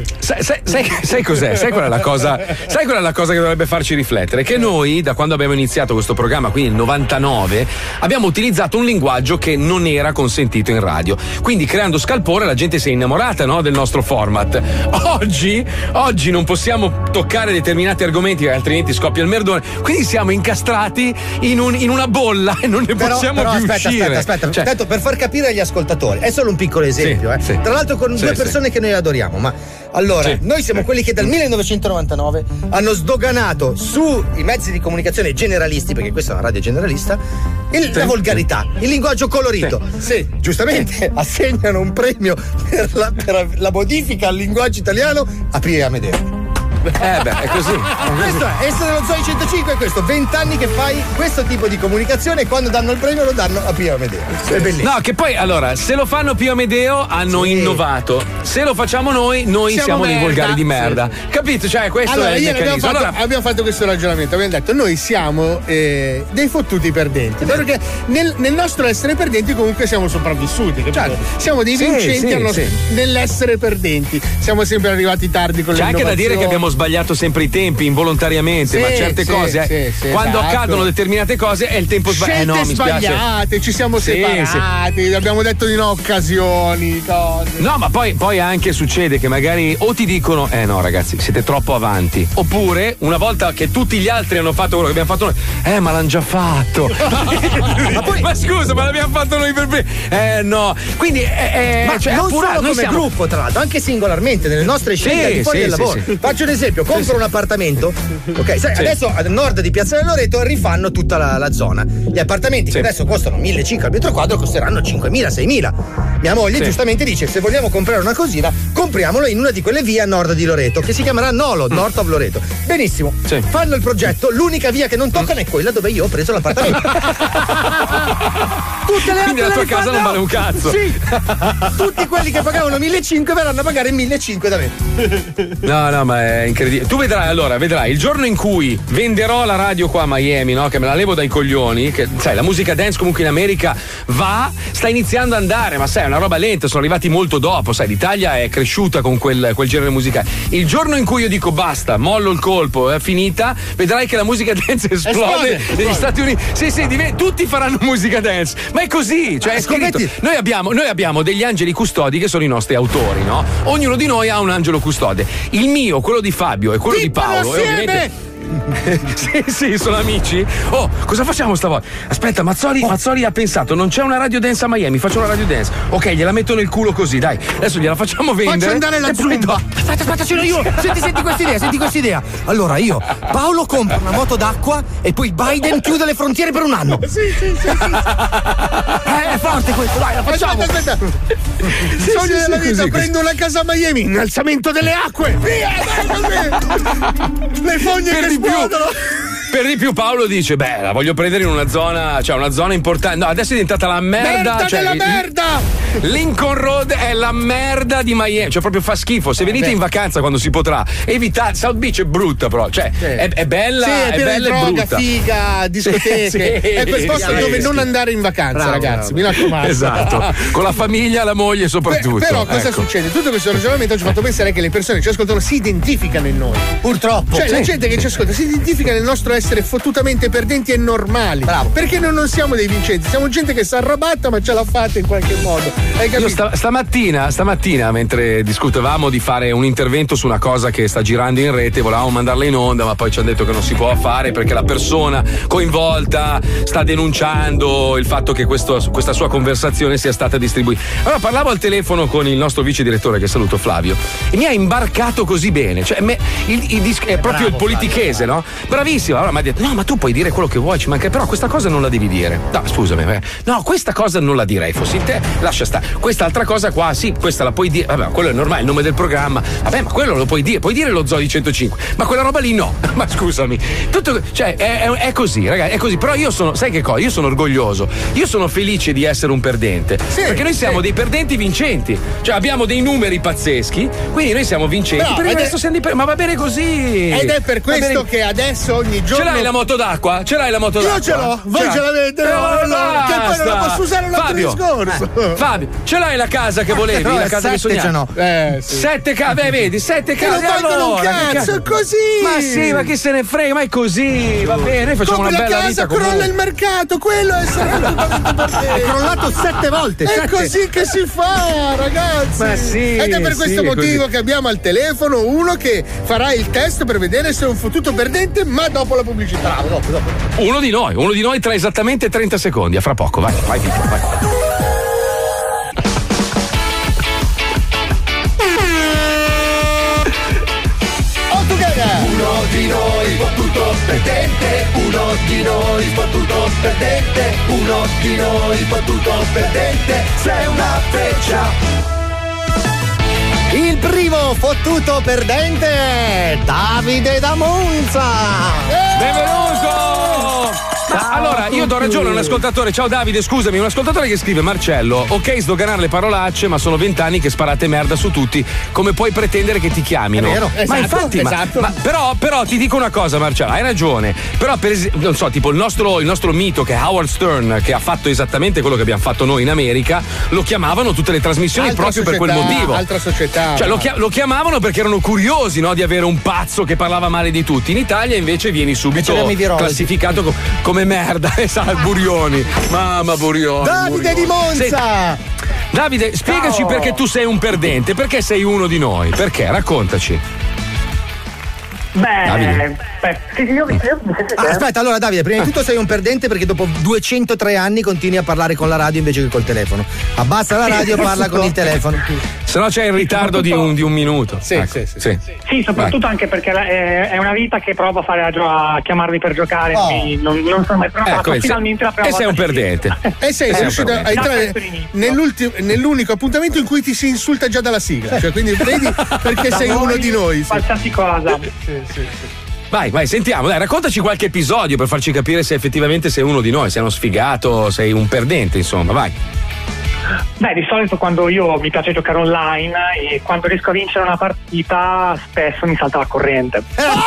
sai cos'è? Sai qual è la cosa? Sai qual è la cosa che dovrebbe farci riflettere? Che noi, da quando abbiamo iniziato questo programma, quindi nel 99, abbiamo utilizzato un linguaggio che non era consentito in radio. Quindi, creando scalpore, la gente si è innamorata, no, del nostro format. Oggi non possiamo toccare determinati argomenti, altrimenti scoppia il merdone. Quindi siamo incastrati in una bolla e non ne possiamo più uscire. Aspetta. Tanto per far capire agli ascoltatori, è solo un piccolo esempio, Sì. Tra l'altro con due persone che noi adoriamo, ma allora, noi siamo quelli che dal 1999 hanno sdoganato sui mezzi di comunicazione generalisti, perché questa è una radio generalista, la volgarità, il linguaggio colorito. Sì. Giustamente assegnano un premio per la modifica al linguaggio italiano a Pia Amedeo. È così. Questo è essere lo Zoe 105, è questo. 20 anni che fai questo tipo di comunicazione e quando danno il premio lo danno a Pio Amedeo. È bellissimo. No, che poi allora, se lo fanno Pio Amedeo hanno innovato. Se lo facciamo noi siamo dei volgari di merda. Sì. Capito? Cioè, questo è il meccanismo. Abbiamo fatto questo ragionamento, abbiamo detto noi siamo dei fottuti perdenti. Perché nel nostro essere perdenti comunque siamo sopravvissuti. Certo. Siamo dei vincenti nell'essere perdenti. Siamo sempre arrivati tardi con le innovazioni. C'è anche da dire che abbiamo sbagliato sempre i tempi involontariamente, ma certe cose quando accadono determinate cose è il tempo sbagliato. No, mi sbagliate, ci siamo separati, abbiamo detto di no occasioni, cose. No, ma poi anche succede che magari o ti dicono no ragazzi siete troppo avanti, oppure una volta che tutti gli altri hanno fatto quello che abbiamo fatto noi, ma l'hanno già fatto. ma scusa, ma l'abbiamo fatto noi per no, quindi ma cioè, non solo come gruppo, tra l'altro, anche singolarmente nelle nostre scelte di fuori del lavoro. Faccio un esempio, compro un appartamento, ok? Adesso a nord di Piazza del Loreto rifanno tutta la zona. Gli appartamenti che adesso costano 1.500 al metro quadro costeranno 5.000, 6.000. Mia moglie giustamente dice: se vogliamo comprare una cosina, compriamolo in una di quelle vie a nord di Loreto, che si chiamerà Nolo, North of Loreto. Benissimo. Fanno il progetto, l'unica via che non toccano è quella dove io ho preso l'appartamento. Tutte le quindi la tua casa non vale un cazzo. Sì. Tutti quelli che pagavano 1.500 verranno a pagare 1.500 da me. No, ma è incredibile. Tu vedrai il giorno in cui venderò la radio qua a Miami, no? Che me la levo dai coglioni, che sai, la musica dance comunque in America sta iniziando ad andare, ma sai, è una roba lenta, sono arrivati molto dopo, sai, l'Italia è cresciuta con quel genere musicale. Il giorno in cui io dico basta, mollo il colpo, è finita, vedrai che la musica dance esplode negli Stati Uniti. Sì, tutti faranno musica dance, ma è così, cioè è scritto. Noi abbiamo degli angeli custodi che sono i nostri autori, no? Ognuno di noi ha un angelo custode. Il mio, quello di Fabio e quello di Paolo, e ovviamente sì, sono amici. Cosa facciamo stavolta? Aspetta, Mazzoli ha pensato, non c'è una radio dance a Miami, faccio una radio dance. Ok, gliela metto nel culo così, dai. Adesso gliela facciamo vendere. Faccio andare la zumba. Aspetta, ce l'ho io. Senti questa idea. Allora io, Paolo compra una moto d'acqua e poi Biden chiude le frontiere per un anno. Sì. È forte questo, dai, la facciamo. Aspetta. Il sogno della vita, così. Prendo una casa a Miami, innalzamento delle acque. Via, dai. Le fogne che esplodono. Per di più Paolo dice la voglio prendere in una zona, cioè una zona importante. No, adesso è diventata la merda, cioè, merda. Lincoln Road è la merda di Miami, cioè proprio fa schifo. Se venite in vacanza quando si potrà, evitate. South Beach è brutta, però, cioè è bella, è bella droga, e brutta. Figa, discoteche. È quel posto dove non andare in vacanza, ragazzi. Mi raccomando. Esatto. Con la famiglia, la moglie soprattutto. Però cosa succede? Tutto questo ragionamento ci ha fatto pensare che le persone che ci ascoltano si identificano in noi. Purtroppo. Cioè la gente che ci ascolta si identifica nel nostro essere fottutamente perdenti e normali. Bravo. Perché noi non siamo dei vincenti, siamo gente che si arrabatta ma ce l'ha fatta in qualche modo. Hai capito? Io stamattina mentre discutevamo di fare un intervento su una cosa che sta girando in rete, volevamo mandarla in onda, ma poi ci hanno detto che non si può fare perché la persona coinvolta sta denunciando il fatto che questa sua conversazione sia stata distribuita. Allora parlavo al telefono con il nostro vice direttore, che saluto, Flavio, e mi ha imbarcato così bene, cioè è proprio il politichese, Flavio, no? Bravissimo. Allora mi ha detto no, ma tu puoi dire quello che vuoi, ci manca, però questa cosa non la devi dire. No, scusami, no, questa cosa non la direi, fossi in te, lascia stare. Quest'altra cosa qua, sì, questa la puoi dire, vabbè, quello è normale, il nome del programma, vabbè, ma quello lo puoi dire lo Zoo di 105, ma quella roba lì no. Ma scusami, tutto, cioè è così, ragazzi, è così. Però io sono, sai che cosa? Io sono orgoglioso, io sono felice di essere un perdente, perché noi siamo dei perdenti vincenti, cioè abbiamo dei numeri pazzeschi, quindi noi siamo vincenti, per il resto siamo ma va bene così. Ed è per questo che adesso ogni giorno. Ce l'hai la moto d'acqua? Io ce l'ho, voi ce l'avete, che poi non la posso usare un altro discorso. Fabio, ce l'hai la casa che volevi? La casa che sognavi? Sì. 7 case, vedi, 7 case. Non valgono un cazzo, è così. Ma sì, ma chi se ne frega, ma è così, va bene, noi facciamo una bella casa, vita. Crolla il mercato, quello è è crollato 7 volte. È così che si fa, ragazzi. Ma sì. Ed è per questo motivo che abbiamo al telefono uno che farà il test per vedere se è un fottuto perdente, ma dopo la pubblicità. Dopo. Uno di noi tra esattamente 30 secondi, a fra poco, vai Pippo, vai. Uno di noi fottuto perdente, uno di noi fottuto perdente, uno di noi fottuto perdente, sei una freccia. Il primo fottuto perdente è Davide da Monza. Benvenuto! Allora, io do ragione a un ascoltatore. Ciao Davide, scusami, un ascoltatore che scrive: Marcello, ok sdoganare le parolacce, ma sono 20 anni che sparate merda su tutti. Come puoi pretendere che ti chiamino? È vero. Ma Esatto, infatti, esatto. però ti dico una cosa, Marcello, hai ragione. Però per esempio, non so, tipo il nostro mito che è Howard Stern, che ha fatto esattamente quello che abbiamo fatto noi in America, lo chiamavano tutte le trasmissioni altra proprio società, per quel motivo. Altra società. Cioè lo chiamavano perché erano curiosi, no, di avere un pazzo che parlava male di tutti. In Italia invece vieni subito classificato come merda. Esatto, Burioni. Mamma Burioni. Davide di Monza! Davide, spiegaci perché tu sei un perdente, perché sei uno di noi, perché? Raccontaci. Aspetta, allora Davide, prima di tutto sei un perdente perché dopo 203 anni continui a parlare con la radio invece che col telefono. Abbassa la radio e parla con il telefono. Se no c'è il ritardo di un minuto. Sì, soprattutto anche perché è una vita che provo a fare a chiamarmi per giocare. Non sono mai provato. Finalmente la prima volta. E sei un perdente. E sei riuscito a entrare nell'unico appuntamento in cui ti si insulta già dalla sigla. Cioè, quindi vedi perché sei uno di noi. Qualsiasi cosa. Vai, sentiamo, dai, raccontaci qualche episodio per farci capire se effettivamente sei uno di noi, sei uno sfigato, sei un perdente, insomma, vai. Beh, di solito quando mi piace giocare online e quando riesco a vincere una partita spesso mi salta la corrente.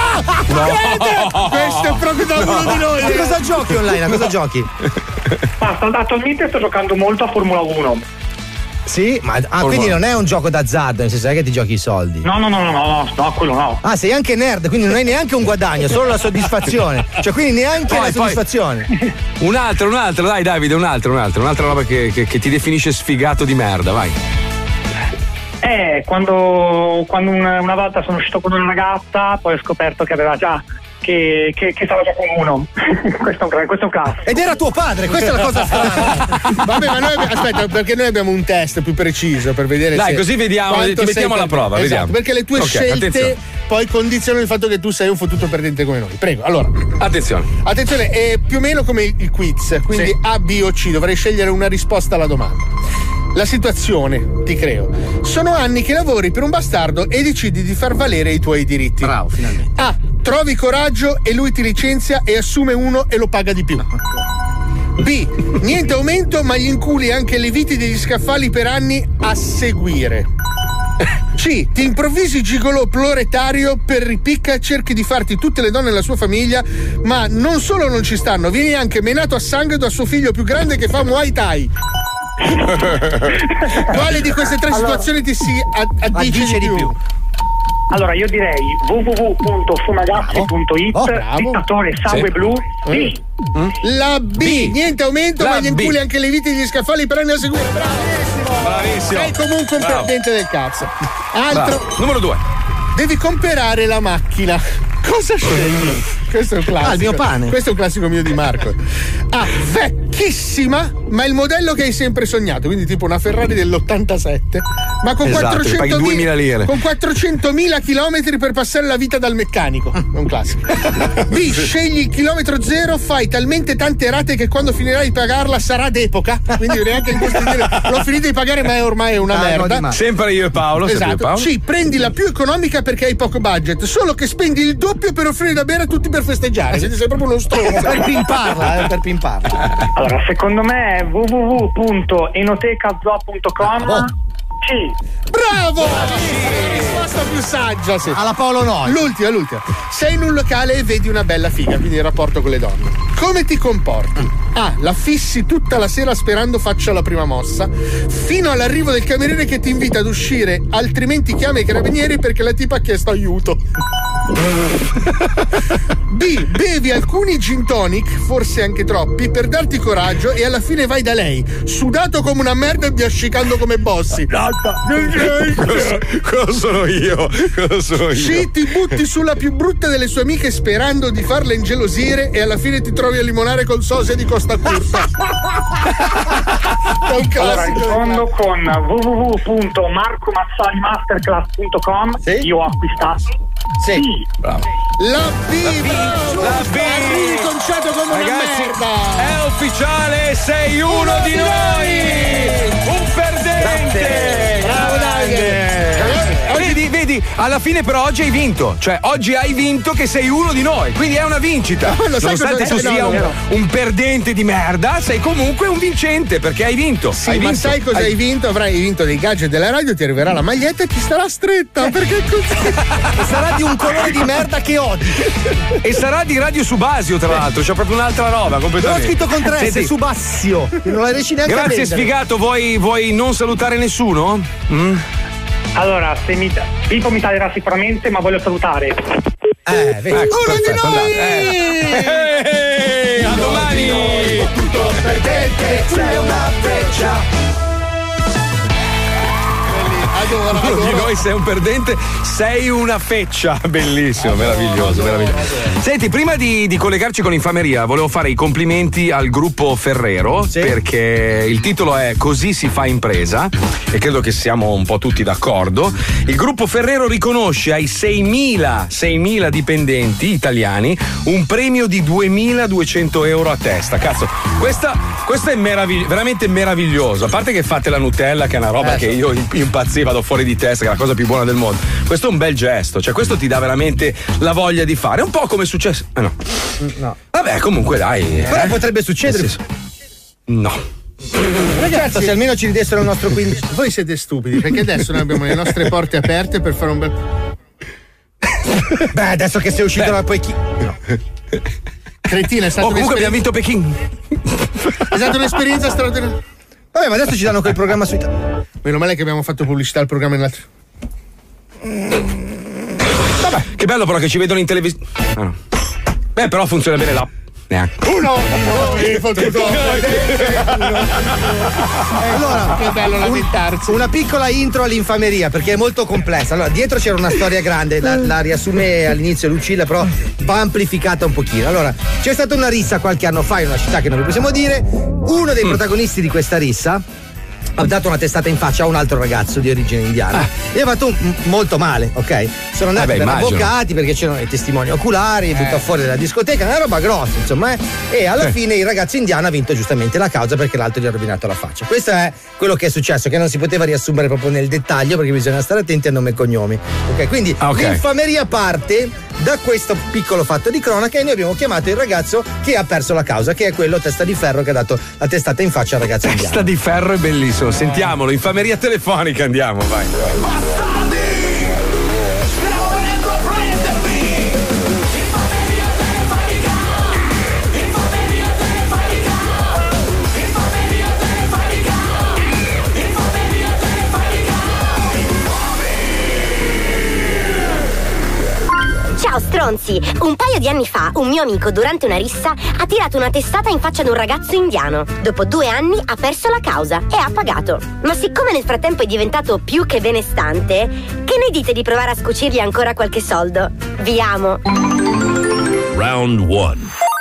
Questo è proprio da uno di noi. Ma cosa giochi online? A cosa giochi? Attualmente sto giocando molto a Formula 1. Sì, ma quindi non è un gioco d'azzardo, nel senso che ti giochi i soldi. No, quello no. Ah, sei anche nerd, quindi non hai neanche un guadagno, solo la soddisfazione. Cioè, quindi neanche la soddisfazione. Un altro, dai Davide, un'altra roba che ti definisce sfigato di merda, vai. Quando una volta sono uscito con una ragazza, poi ho scoperto che aveva già che stava già con uno. questo è un caso. Ed era tuo padre, questa è la cosa strana. Vabbè, ma aspetta, perché noi abbiamo un test più preciso per vedere dai, così vediamo, ti mettiamo alla prova, esatto, vediamo. Perché le tue scelte attenzione. Poi condizionano il fatto che tu sei un fottuto perdente come noi. Prego, allora. Attenzione, è più o meno come il quiz, quindi A, B o C, dovrei scegliere una risposta alla domanda. La situazione, ti creo. Sono anni che lavori per un bastardo e decidi di far valere i tuoi diritti. Bravo, finalmente. A. Trovi coraggio e lui ti licenzia e assume uno e lo paga di più. B. Niente aumento, ma gli inculi anche le viti degli scaffali per anni a seguire. C. Ti improvvisi gigolò proletario per ripicca, cerchi di farti tutte le donne della sua famiglia, ma non solo non ci stanno, vieni anche menato a sangue da suo figlio più grande che fa Muay Thai. Quale di queste tre situazioni ti si addice di più? Allora io direi www.fumagazzi.it, dittatore sangue blu. B. La B. Niente aumento, ma gli inculi anche le viti e gli scaffali per anni a seguire. Bravissimo. Sei comunque un perdente del cazzo. Altro. Numero 2. Devi comprare la macchina. Cosa scegli? Questo è un classico. Il mio pane. Questo è un classico mio di Marco. A. Vecchissima, ma il modello che hai sempre sognato, quindi tipo una Ferrari dell'87, ma con 400.000 lire. Con 400.000 chilometri per passare la vita dal meccanico. È un classico. B. Scegli il chilometro zero, fai talmente tante rate che quando finirai di pagarla sarà d'epoca. Quindi neanche in questo dire l'ho finita di pagare, ma è ormai una merda. Sempre io e Paolo. Esatto. C. Prendi la più economica perché hai poco budget, solo che spendi il doppio per offrire da bere a tutti per festeggiare. Sei proprio uno stronzo. Per pimparla. Allora, secondo me è www.enotecazo.com. Sì. Bravo! La risposta più saggia, sì. Alla Paolo Noi. L'ultima. Sei in un locale e vedi una bella figa, quindi il rapporto con le donne. Come ti comporti? A. La fissi tutta la sera sperando faccia la prima mossa, fino all'arrivo del cameriere che ti invita ad uscire, altrimenti chiama i carabinieri perché la tipa ha chiesto aiuto. B. Bevi alcuni gin tonic, forse anche troppi, per darti coraggio e alla fine vai da lei, sudato come una merda e biascicando come Bossi. Cosa sono io? C. Ti butti sulla più brutta delle sue amiche sperando di farla ingelosire e alla fine ti trovi a limonare col sosia di Costa Curta. Allora rispondo con www.marcomazzalimasterclass.com. Io ho acquistato. Sì. Bravo. La B. Arrivi conciato come ragazzi, una merda. È ufficiale, sei uno di noi. Un perdente. Bravo Davide. vedi, alla fine però oggi hai vinto. Cioè, oggi hai vinto che sei uno di noi. Quindi è una vincita. Nonostante tu sia un perdente di merda, sei comunque un vincente perché hai vinto. Sì, ma sai cosa hai vinto? Avrai vinto dei gadget della radio, ti arriverà la maglietta e ti starà stretta. Perché così? Sarà di un colore di merda che odi. E sarà di Radio Subasio, tra l'altro. C'è proprio un'altra roba completamente. L'ho scritto con 3 S, Subassio. Non la riesci neanche a Grazie, vendere. sfigato. Vuoi non salutare nessuno? Allora, Pippo mi taglierà sicuramente, ma voglio salutare. Vedi. Uno di noi! A domani! Tutto perdente, c'è una freccia. Uno di noi sei un perdente, sei una feccia. Bellissimo, meraviglioso. Senti, prima di collegarci con l'infameria, volevo fare i complimenti al gruppo Ferrero, perché il titolo è Così si fa impresa e credo che siamo un po' tutti d'accordo. Il gruppo Ferrero riconosce ai 6.000 dipendenti italiani un premio di 2.200 euro a testa. Cazzo, questo è veramente meraviglioso. A parte che fate la Nutella, che è una roba che io impazzivo, vado fuori di testa, che è la cosa più buona del mondo. Questo è un bel gesto, cioè questo ti dà veramente la voglia di fare. Un po' come è successo. No. Vabbè, comunque dai. Però potrebbe succedere. No. Ragazzi, se almeno ci ridessero il nostro 15. Voi siete stupidi, perché adesso noi abbiamo le nostre porte aperte per fare un bel. Beh, adesso che sei uscito da poi chi. No. Cretina, è stato comunque abbiamo vinto Peking. È stata un'esperienza straordinaria. Vabbè, ma adesso ci danno quel programma su Meno male che abbiamo fatto pubblicità al programma in altri. Vabbè, che bello però che ci vedono in televisione. No. Beh, però funziona bene l'app. Neanche. Allora, che bello lamentarsi. Una piccola intro all'infameria perché è molto complessa. Allora, dietro c'era una storia grande, la riassume all'inizio Lucilla, però va amplificata un pochino. Allora, c'è stata una rissa qualche anno fa in una città che non vi possiamo dire. Uno dei protagonisti di questa rissa ha dato una testata in faccia a un altro ragazzo di origine indiana e ha fatto molto male, ok? Sono andati per avvocati perché c'erano i testimoni oculari, buttò fuori dalla discoteca, una roba grossa, insomma, e alla fine il ragazzo indiano ha vinto giustamente la causa perché l'altro gli ha rovinato la faccia. Questo è quello che è successo, che non si poteva riassumere proprio nel dettaglio perché bisogna stare attenti a nome e cognomi. Ok, quindi l'infameria parte da questo piccolo fatto di cronaca e noi abbiamo chiamato il ragazzo che ha perso la causa, che è quello testa di ferro che ha dato la testata in faccia al ragazzo indiano. Testa di ferro è bellissimo. Sentiamolo, infameria telefonica, andiamo, vai. Ciao stronzi! Un paio di anni fa un mio amico durante una rissa ha tirato una testata in faccia ad un ragazzo indiano. Dopo 2 anni ha perso la causa e ha pagato. Ma siccome nel frattempo è diventato più che benestante, che ne dite di provare a scucirgli ancora qualche soldo? Vi amo! Round 1.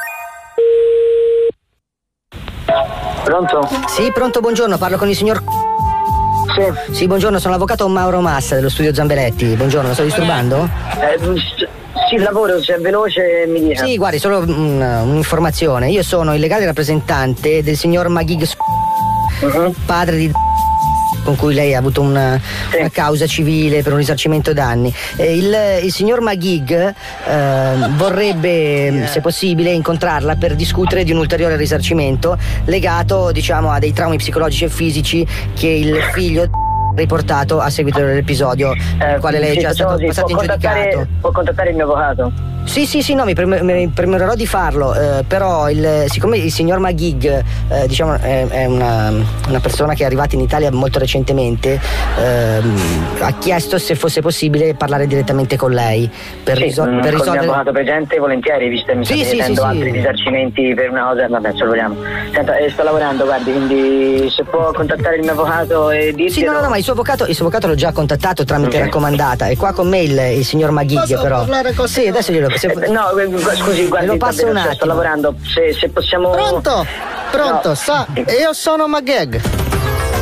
Pronto? Sì, pronto, buongiorno, parlo con il signor. Sì, buongiorno, sono l'avvocato Mauro Massa dello studio Zambelletti. Buongiorno, sto disturbando? Sì, lavoro, se è veloce mi dica. Sì, guardi, solo un'informazione. Io sono il legale rappresentante del signor Magig, padre di con cui lei ha avuto una causa civile per un risarcimento danni. Il signor Magig vorrebbe, se possibile, incontrarla per discutere di un ulteriore risarcimento legato, diciamo, a dei traumi psicologici e fisici che il figlio ha riportato a seguito dell'episodio al quale lei è già stato passato in giudicato. Può contattare il mio avvocato? Sì, no, mi premererò di farlo, però siccome il signor Magig diciamo è una persona che è arrivata in Italia molto recentemente, ha chiesto se fosse possibile parlare direttamente con lei per risolvere. Con il mio avvocato presente volentieri, visto che mi state chiedendo altri risarcimenti per una cosa, vabbè, ce lo vogliamo. Senta, sto lavorando, guardi, quindi se può contattare il mio avvocato e dirci. Sì, no, ma il suo avvocato l'ho già contattato tramite raccomandata. È qua con me il signor Magig, però. Sì, adesso glielo. No, scusi, guardi, lo passo un attimo. Sto lavorando, se possiamo. Pronto, no. io sono Magig.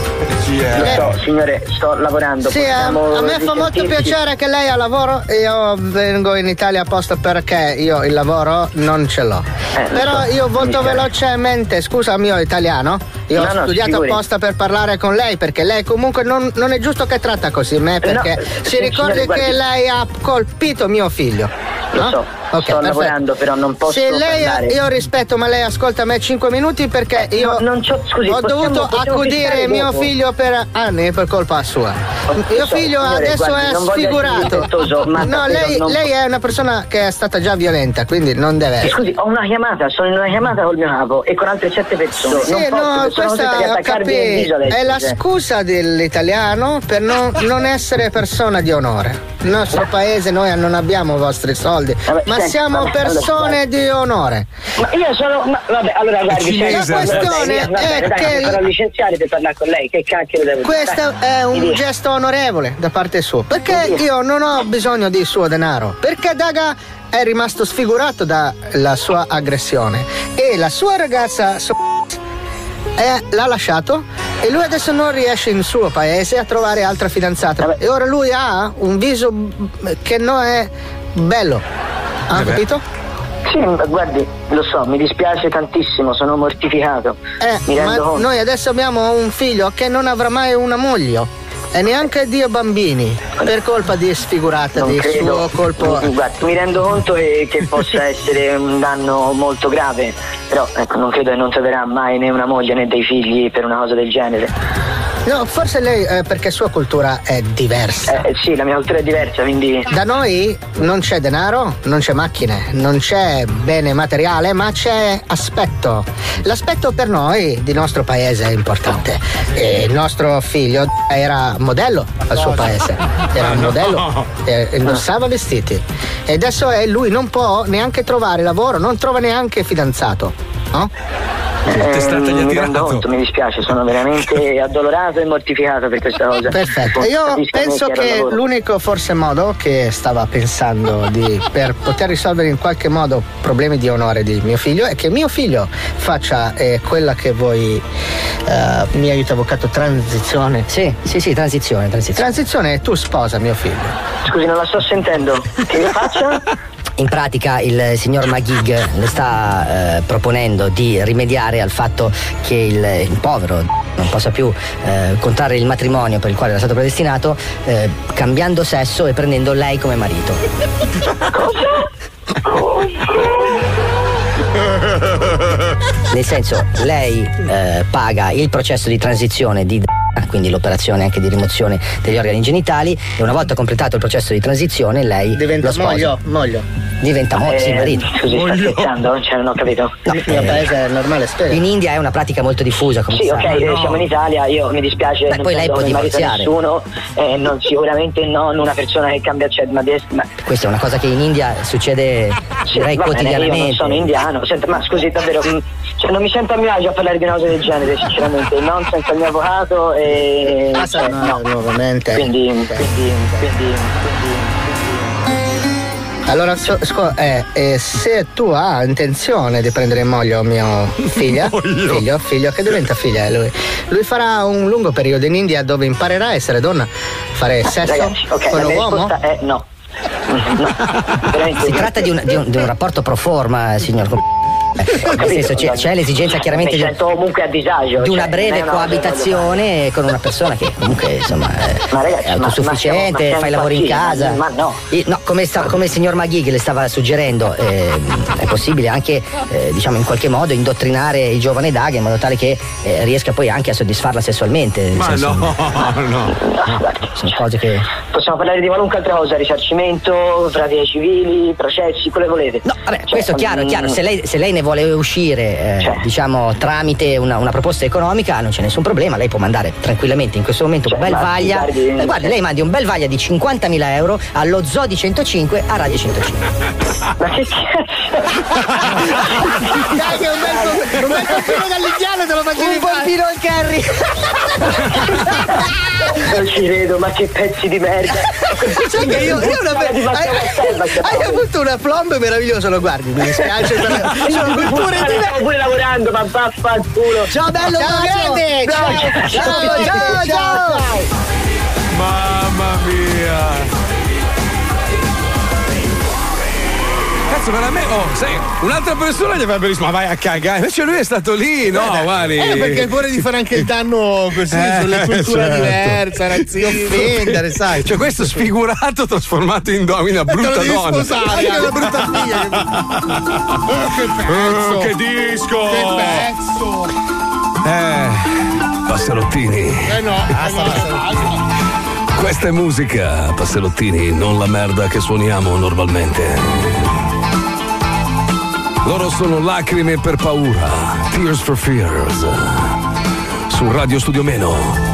Lo so, signore, sto lavorando. Sì, a me fa molto piacere che lei ha lavoro. Io vengo in Italia apposta perché io il lavoro non ce l'ho. Però io molto velocemente, scusa mio italiano, io ho studiato apposta per parlare con lei, perché lei comunque non è giusto che tratta così me, perché si ricordi che lei ha colpito mio figlio. Lo so, sto lavorando, però non posso. Se lei parlare. Io rispetto, ma lei ascolta me 5 minuti perché io ho dovuto accudire mio figlio per anni per colpa sua. Mio figlio adesso è sfigurato. No, lei è una persona che è stata già violenta, quindi non deve. Scusi, ho una chiamata, sono in una chiamata col mio capo e con altre 7 persone. Sì, no, questa è la scusa dell'italiano per non essere persona di onore. Il nostro paese, noi non abbiamo i vostri soldi, ma siamo persone di onore. Ma io sono. Vabbè, allora guardi, la questione è che sarò licenziare per parlare con lei. Che cacchio devo dire? Questo è un gesto onorevole da parte sua. Perché io non ho bisogno di suo denaro. Perché Daga è rimasto sfigurato dalla sua aggressione. E la sua ragazza l'ha lasciato e lui adesso non riesce in suo paese a trovare altra fidanzata. E ora lui ha un viso che non è bello. Ha capito? Sì, guardi, lo so, mi dispiace tantissimo, sono mortificato. Ma noi adesso abbiamo un figlio che non avrà mai una moglie. E neanche Dio bambini, per colpa di sfigurata, di suo colpo. Guarda, mi rendo conto che possa essere un danno molto grave, però ecco, non credo che non troverà mai né una moglie né dei figli per una cosa del genere. No, forse lei perché sua cultura è diversa. Sì, la mia cultura è diversa, quindi. Da noi non c'è denaro, non c'è macchine, non c'è bene materiale, ma c'è aspetto. L'aspetto per noi di nostro paese è importante. E il nostro figlio era modello al suo paese. Era un modello, indossava vestiti. E adesso lui non può neanche trovare lavoro, non trova neanche fidanzato. No? Mi rendo conto, mi dispiace, sono veramente addolorato e mortificato per questa cosa. Perfetto, io penso che l'unico forse modo che stava pensando per poter risolvere in qualche modo problemi di onore di mio figlio è che mio figlio faccia quella che voi mi aiuta avvocato, transizione. Sì, transizione. Transizione, tu sposa mio figlio. Scusi, non la sto sentendo. Che io faccia? In pratica il signor Magig le sta proponendo di rimediare al fatto che il povero non possa più contrarre il matrimonio per il quale era stato predestinato, cambiando sesso e prendendo lei come marito. Nel senso, lei paga il processo di transizione di quindi l'operazione anche di rimozione degli organi genitali, e una volta completato il processo di transizione lei diventa lo sposa. Moglio. Diventa sì, marito. Scusi, sta scherzando? Cioè, non ho capito. No, il mio paese è normale, spero. In India è una pratica molto diffusa, come sì, ok, siamo in Italia, io mi dispiace. Beh, poi lei può divorziare. Nessuno, sicuramente non una persona che cambia ma questa è una cosa che in India succede direi quotidianamente. Io non sono indiano. Senta, ma scusi, davvero, non mi sento a mio agio a parlare di una cosa del genere, sinceramente. Non senza il mio avvocato e. No, nuovamente. Quindi. Allora, se tu hai intenzione di prendere in moglie mio figlio, che diventa figlia lui farà un lungo periodo in India dove imparerà a essere donna, fare sesso. Ragazzi, con un uomo. È no. Si tratta di un rapporto pro forma, signor. Nel senso c'è l'esigenza chiaramente mi sento comunque a disagio, di una breve coabitazione con una persona che comunque insomma è autosufficiente, fa i lavori in casa. Ma no. Come il signor Maghi che le stava suggerendo, è possibile anche diciamo in qualche modo indottrinare il giovane Daga in modo tale che riesca poi anche a soddisfarla sessualmente. Ma senso, no. Sono cose che. Possiamo parlare di qualunque altra cosa, risarcimento, pratiche civili, processi, quello che volete. No, vabbè, questo è chiaro. Se lei ne vuole uscire diciamo tramite una proposta economica non c'è nessun problema, lei può mandare tranquillamente in questo momento un bel vaglia. Guardi, lei mandi un bel vaglia di 50.000 euro allo Zoo di 105 a Radio 105. Ma che dai, che un bel pompino dall'indiano te lo faccio un pompino al Kerry. Non ci vedo, ma che pezzi di merda. Sai che hai avuto una plomb meravigliosa, lo guardi, mi dispiace, Sto pure lavorando, ma vaffanculo. Ciao bello, ciao grande. Ciao. Mamma mia. Cazzo, veramente, sai, un'altra persona gli avrebbe risposto, ma vai a cagare, invece lui è stato lì, no, guardi. Perché hai paura di fare anche il danno così, sulle culture diverse, razzismo. Di offendere, sai. Cioè questo sfigurato trasformato in una brutta donna. Anche una brutta figlia. Che pezzo. Che disco. Che pezzo. Passerottini. No, basta. Questa è musica, Passerottini, non la merda che suoniamo normalmente. Loro sono Lacrime per paura, Tears for Fears, su Radio Studio Meno.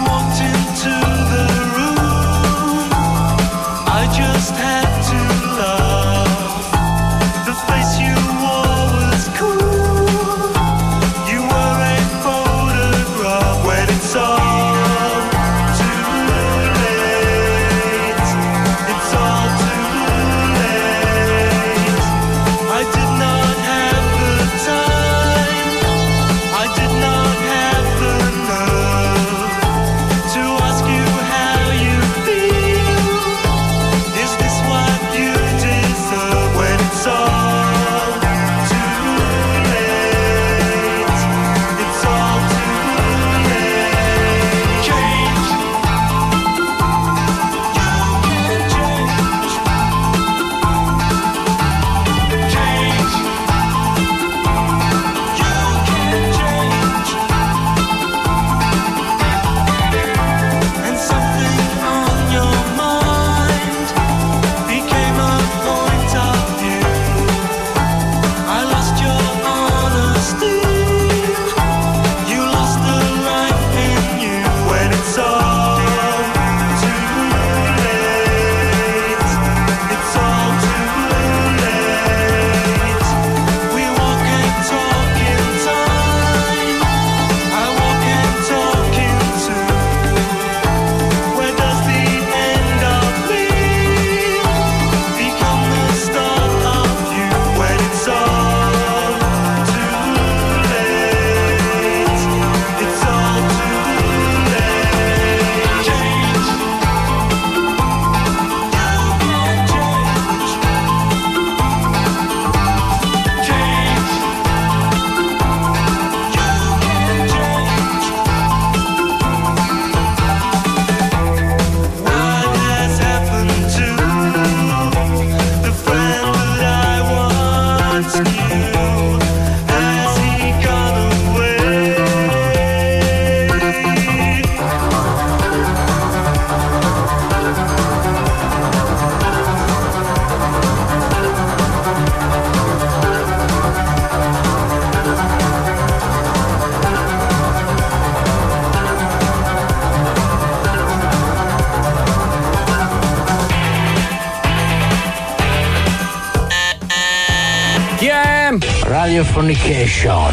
Radio Fornication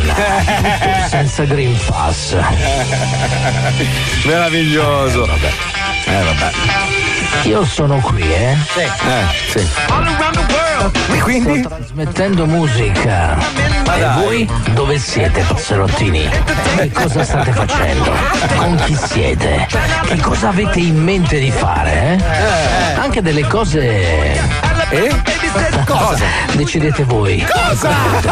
senza Green Pass. Meraviglioso. Vabbè. Io sono qui, Sì. E quindi? Sto trasmettendo musica. Ma e dai. voi dove siete, passerottini? Che cosa state facendo? Con chi siete? Che cosa avete in mente di fare? Anche delle cose. Cosa? Decidete voi. Cosa?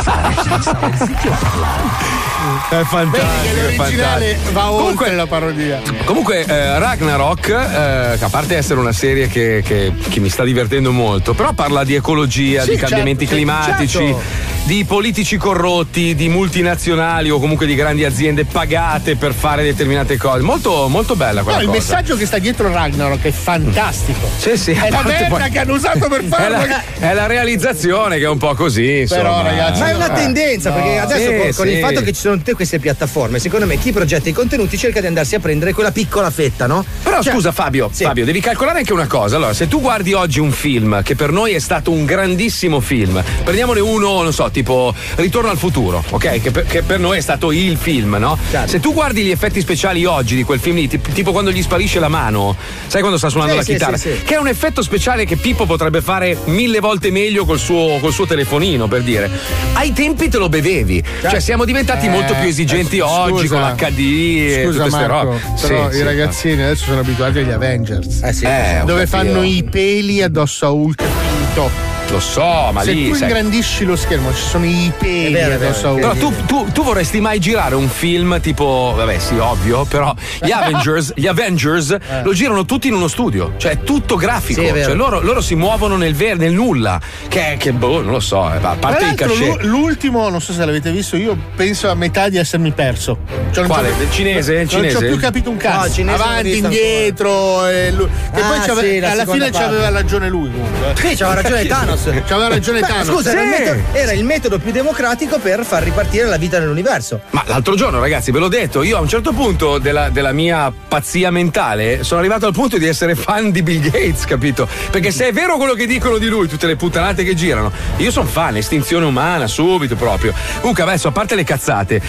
È fantastico. L'originale va oltre la parodia. Comunque Ragnarok, che a parte essere una serie che mi sta divertendo molto, però parla di ecologia, di cambiamenti climatici, di politici corrotti, di multinazionali o comunque di grandi aziende pagate per fare determinate cose. Molto, molto bella quella cosa. Il messaggio che sta dietro Ragnarok è fantastico. Sì. È la merda che hanno usato per farlo. È la realizzazione che è un po' così, insomma. Però, ragazzi, ma è una tendenza, perché adesso con il fatto che ci sono esistono tutte queste piattaforme. Secondo me chi progetta i contenuti cerca di andarsi a prendere quella piccola fetta, no? Però scusa Fabio, devi calcolare anche una cosa. Allora, se tu guardi oggi un film che per noi è stato un grandissimo film, prendiamone uno, non so, tipo Ritorno al futuro, ok? Che per noi è stato il film, no? Certo. Se tu guardi gli effetti speciali oggi di quel film lì, tipo quando gli sparisce la mano, sai quando sta suonando la chitarra, che è un effetto speciale che Pippo potrebbe fare 1000 volte meglio col suo telefonino, per dire. Ai tempi te lo bevevi, cioè siamo diventati molto più esigenti oggi con l'HD e tutte queste robe. Però i ragazzini adesso sono abituati agli Avengers, dove fanno i peli addosso a Hulk finto. Lo so, ma se lì. Se tu ingrandisci lo schermo, ci sono i peli addosso a Hulk. Però tu vorresti mai girare un film tipo, vabbè, sì, ovvio, però gli Avengers lo girano tutti in uno studio, cioè è tutto grafico, cioè loro si muovono nel nulla, che non lo so, a parte i cachet. L'ultimo, non so se l'avete visto, io penso a metà di essermi perso. Cioè, quale? Del cinese? Non ci ho più capito un cazzo. No, avanti, indietro, e poi alla fine c'aveva ragione lui comunque. Sì, c'aveva ragione Thanos. C'aveva ragione Thanos. Scusa, era il metodo più democratico per far ripartire la vita nell'universo. Ma l'altro giorno, ragazzi, ve l'ho detto, io a un certo punto della mia pazzia mentale sono arrivato al punto di essere fan di Bill Gates, capito? Perché se è vero quello che dicono di lui, tutte le puttanate che girano, io sono fan, estinzione umana, subito proprio. Comunque adesso, a parte le cazzate,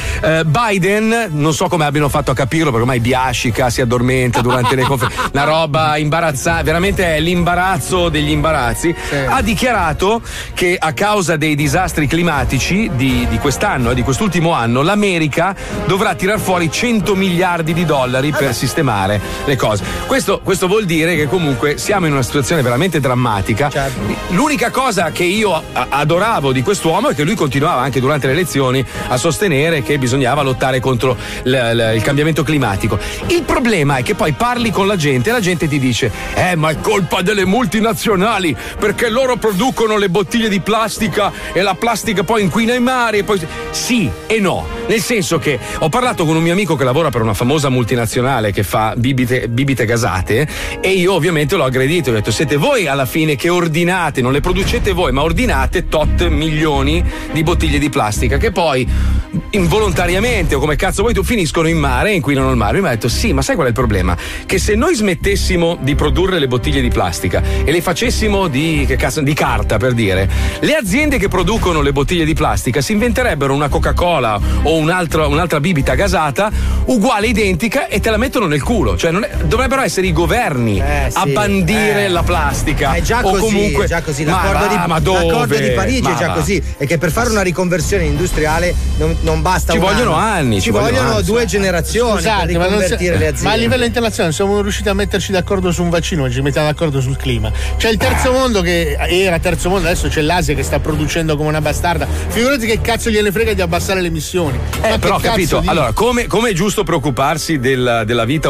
Biden, non so come abbiano fatto a capirlo, perché ormai biascica, si addormenta durante le conferenze, una roba imbarazzante, veramente è l'imbarazzo degli imbarazzi, ha dichiarato che a causa dei disastri climatici di quest'anno e di quest'ultimo anno l'America dovrà tirar fuori 100 miliardi di dollari per sistemare le cose. Questo vuol dire che comunque siamo in una situazione veramente drammatica. L'unica cosa che io adoravo di quest'uomo è che lui continuava anche durante le elezioni a sostenere che bisognava lottare contro il cambiamento climatico. Il problema è che poi parli con la gente e la gente ti dice ma è colpa delle multinazionali perché loro producono le bottiglie di plastica e la plastica poi inquina i mari e poi sì e no, nel senso che ho parlato con un mio amico che lavora per una famosa multinazionale che fa bibite gasate e io ovviamente l'ho aggredito, ho detto siete voi alla fine che ordinate, non le producete voi ma ordinate tot milioni di bottiglie di plastica che poi involontariamente o come cazzo vuoi tu finiscono in mare e inquinano il mare. Io mi ha detto sì, ma sai qual è il problema? Che se noi smettessimo di produrre le bottiglie di plastica e le facessimo di carta, per dire, le aziende che producono le bottiglie di plastica si inventerebbero una Coca-Cola o un'altra bibita gasata uguale, identica e te la mettono nel culo, cioè dovrebbero essere i governi a bandire la plastica. È già o così, comunque è già così. L'accordo di Parigi è già così, e che per fare una riconversione industriale non basta ci vogliono anni, ci vogliono 2 generazioni. Scusate, per riconvertire le aziende. Ma a livello internazionale siamo riusciti a metterci d'accordo su un vaccino, ci mettiamo d'accordo sul clima. C'è il terzo mondo che era terzo mondo, adesso c'è l'Asia che sta producendo come una bastarda. Figurati che cazzo gliene frega di abbassare le emissioni. Però capito, allora come è giusto preoccuparsi della vita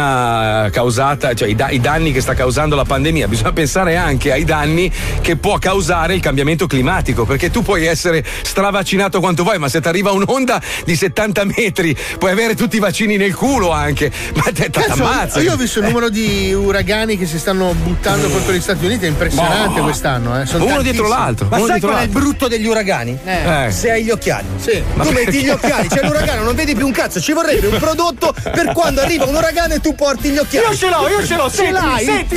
umana causata, cioè i danni che sta causando la pandemia, bisogna pensare anche ai danni che può causare il cambiamento climatico, perché tu puoi essere stravaccinato quanto vuoi, ma se ti arriva un'onda di 70 metri puoi avere tutti i vaccini nel culo anche, ma te t'ammazza. Io ho visto il numero di uragani che si stanno buttando contro gli Stati Uniti, è impressionante quest'anno. Sono uno dietro l'altro. Ma sai qual è il brutto degli uragani? Se hai gli occhiali. Sì. Tu metti gli occhiali, c'è l'uragano, non vedi più un cazzo. Ci vorrebbe un prodotto per quando arriva un uragano e tu porti gli occhiali. Io ce l'ho, senti.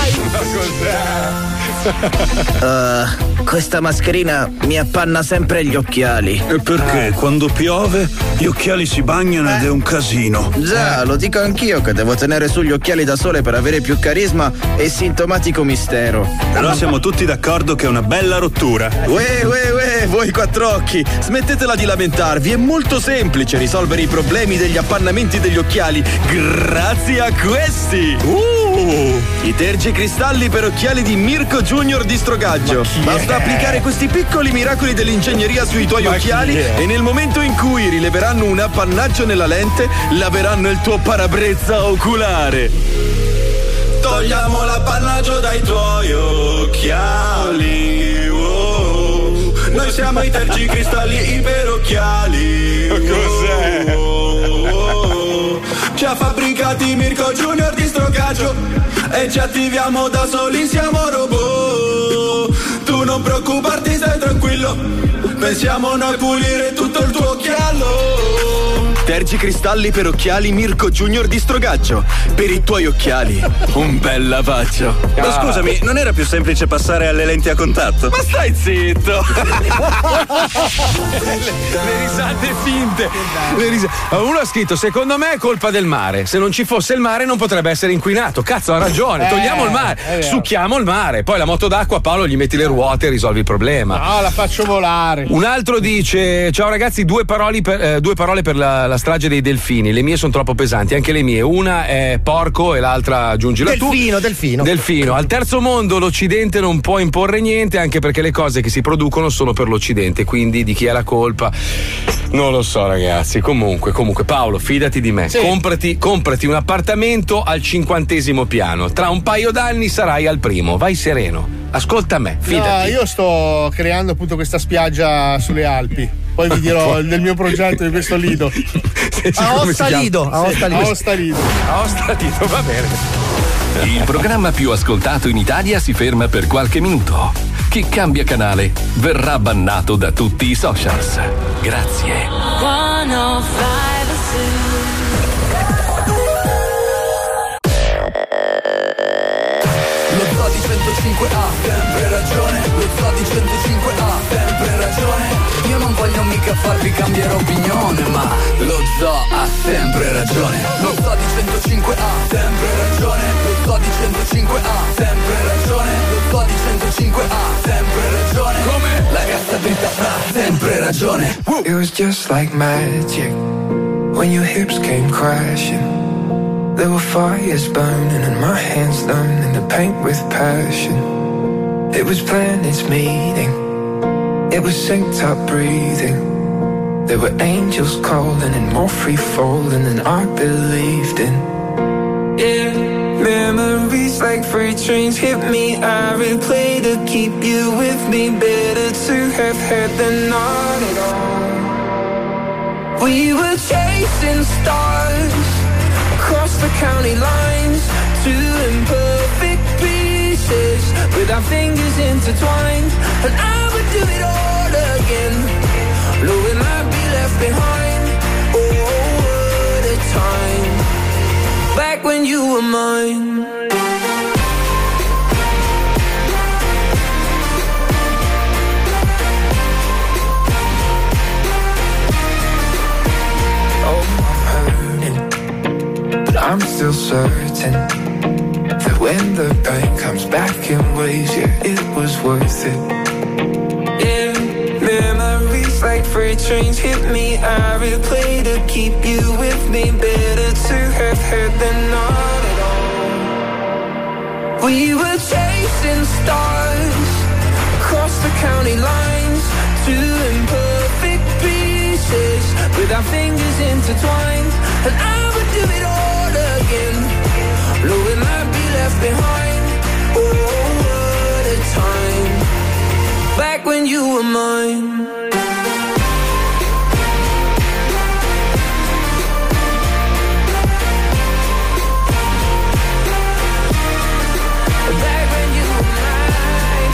Questa mascherina mi appanna sempre gli occhiali. E perché? Quando piove gli occhiali si bagnano ed è un casino. Già, lo dico anch'io che devo tenere su gli occhiali da sole per avere più carisma e sintomatico mistero. Però siamo tutti d'accordo che è una bella rottura. Voi quattrocchi, smettetela di lamentarvi, è molto semplice risolvere i problemi degli appannamenti degli occhiali grazie a questi. I tergicristalli per occhiali di Mirko Junior di Strogaggio. Basta applicare questi piccoli miracoli dell'ingegneria sui tuoi occhiali e nel momento in cui rileveranno un appannaggio nella lente, laveranno il tuo parabrezza oculare. Togliamo l'appannaggio dai tuoi occhiali. Noi siamo i tergicristalli iperocchiali. Cos'è? Ci ha fabbricati Mirko Junior di Strogaggio e ci attiviamo da soli, siamo robot. Tu non preoccuparti, stai tranquillo, pensiamo noi pulire tutto il tuo occhialo. Tergicristalli per occhiali Mirko Junior di Strogaccio. Per i tuoi occhiali, un bel lavaggio. Ma scusami, non era più semplice passare alle lenti a contatto? Ma stai zitto! le risate finte. Uno ha scritto: secondo me è colpa del mare. Se non ci fosse il mare non potrebbe essere inquinato. Cazzo, ha ragione. Togliamo il mare, succhiamo il mare. Poi la moto d'acqua, Paolo, gli metti le ruote e risolvi il problema. No, la faccio volare. Un altro dice: ciao ragazzi, due parole per la strage dei delfini. Le mie sono troppo pesanti, anche le mie. Una è porco e l'altra, aggiungila tu. Delfino. Al terzo mondo l'Occidente non può imporre niente, anche perché le cose che si producono sono per l'Occidente, quindi di chi è la colpa? Non lo so, ragazzi. Comunque, Paolo, fidati di me. Sì. Comprati un appartamento al 50° piano. Tra un paio d'anni sarai al primo. Vai sereno. Ascolta me, fidati. No, io sto creando appunto questa spiaggia sulle Alpi. Poi vi dirò del mio progetto di questo lido. Aosta Lido, va bene. Il programma più ascoltato in Italia si ferma per qualche minuto. Chi cambia canale verrà bannato da tutti i socials. Grazie. Lo Zoo di 105 ha sempre ragione. Lo Zoo di 105 ha sempre ragione. Io non voglio mica farvi cambiare opinione, ma lo Zoo ha sempre ragione. Lo Zoo di 105 ha sempre ragione. Lo Zoo di 105 ha sempre ragione. Lo Zoo di 105 ha sempre ragione. Come? La cassa dritta ha sempre ragione. It was just like magic when your hips came crashing. There were fires burning and my hands learning to paint with passion. It was planets meeting, it was synced up breathing. There were angels calling and more free falling than I believed in. Yeah, memories like freight trains hit me. I replay to keep you with me. Better to have had than not at all. We were chasing stars across the county lines, two imperfect pieces with our fingers intertwined. And I would do it all again, knowing I'd be left behind. Oh, what a time, back when you were mine. I'm still certain that when the pain comes back in waves, yeah, it was worth it. Yeah, memories like freight trains hit me. I replay to keep you with me. Better to have had than not at all. We were chasing stars across the county lines, two imperfect pieces with our fingers intertwined. And I would do it all again, knowing I'd be left behind. Oh, what a time, back when you were mine. Back when you were mine.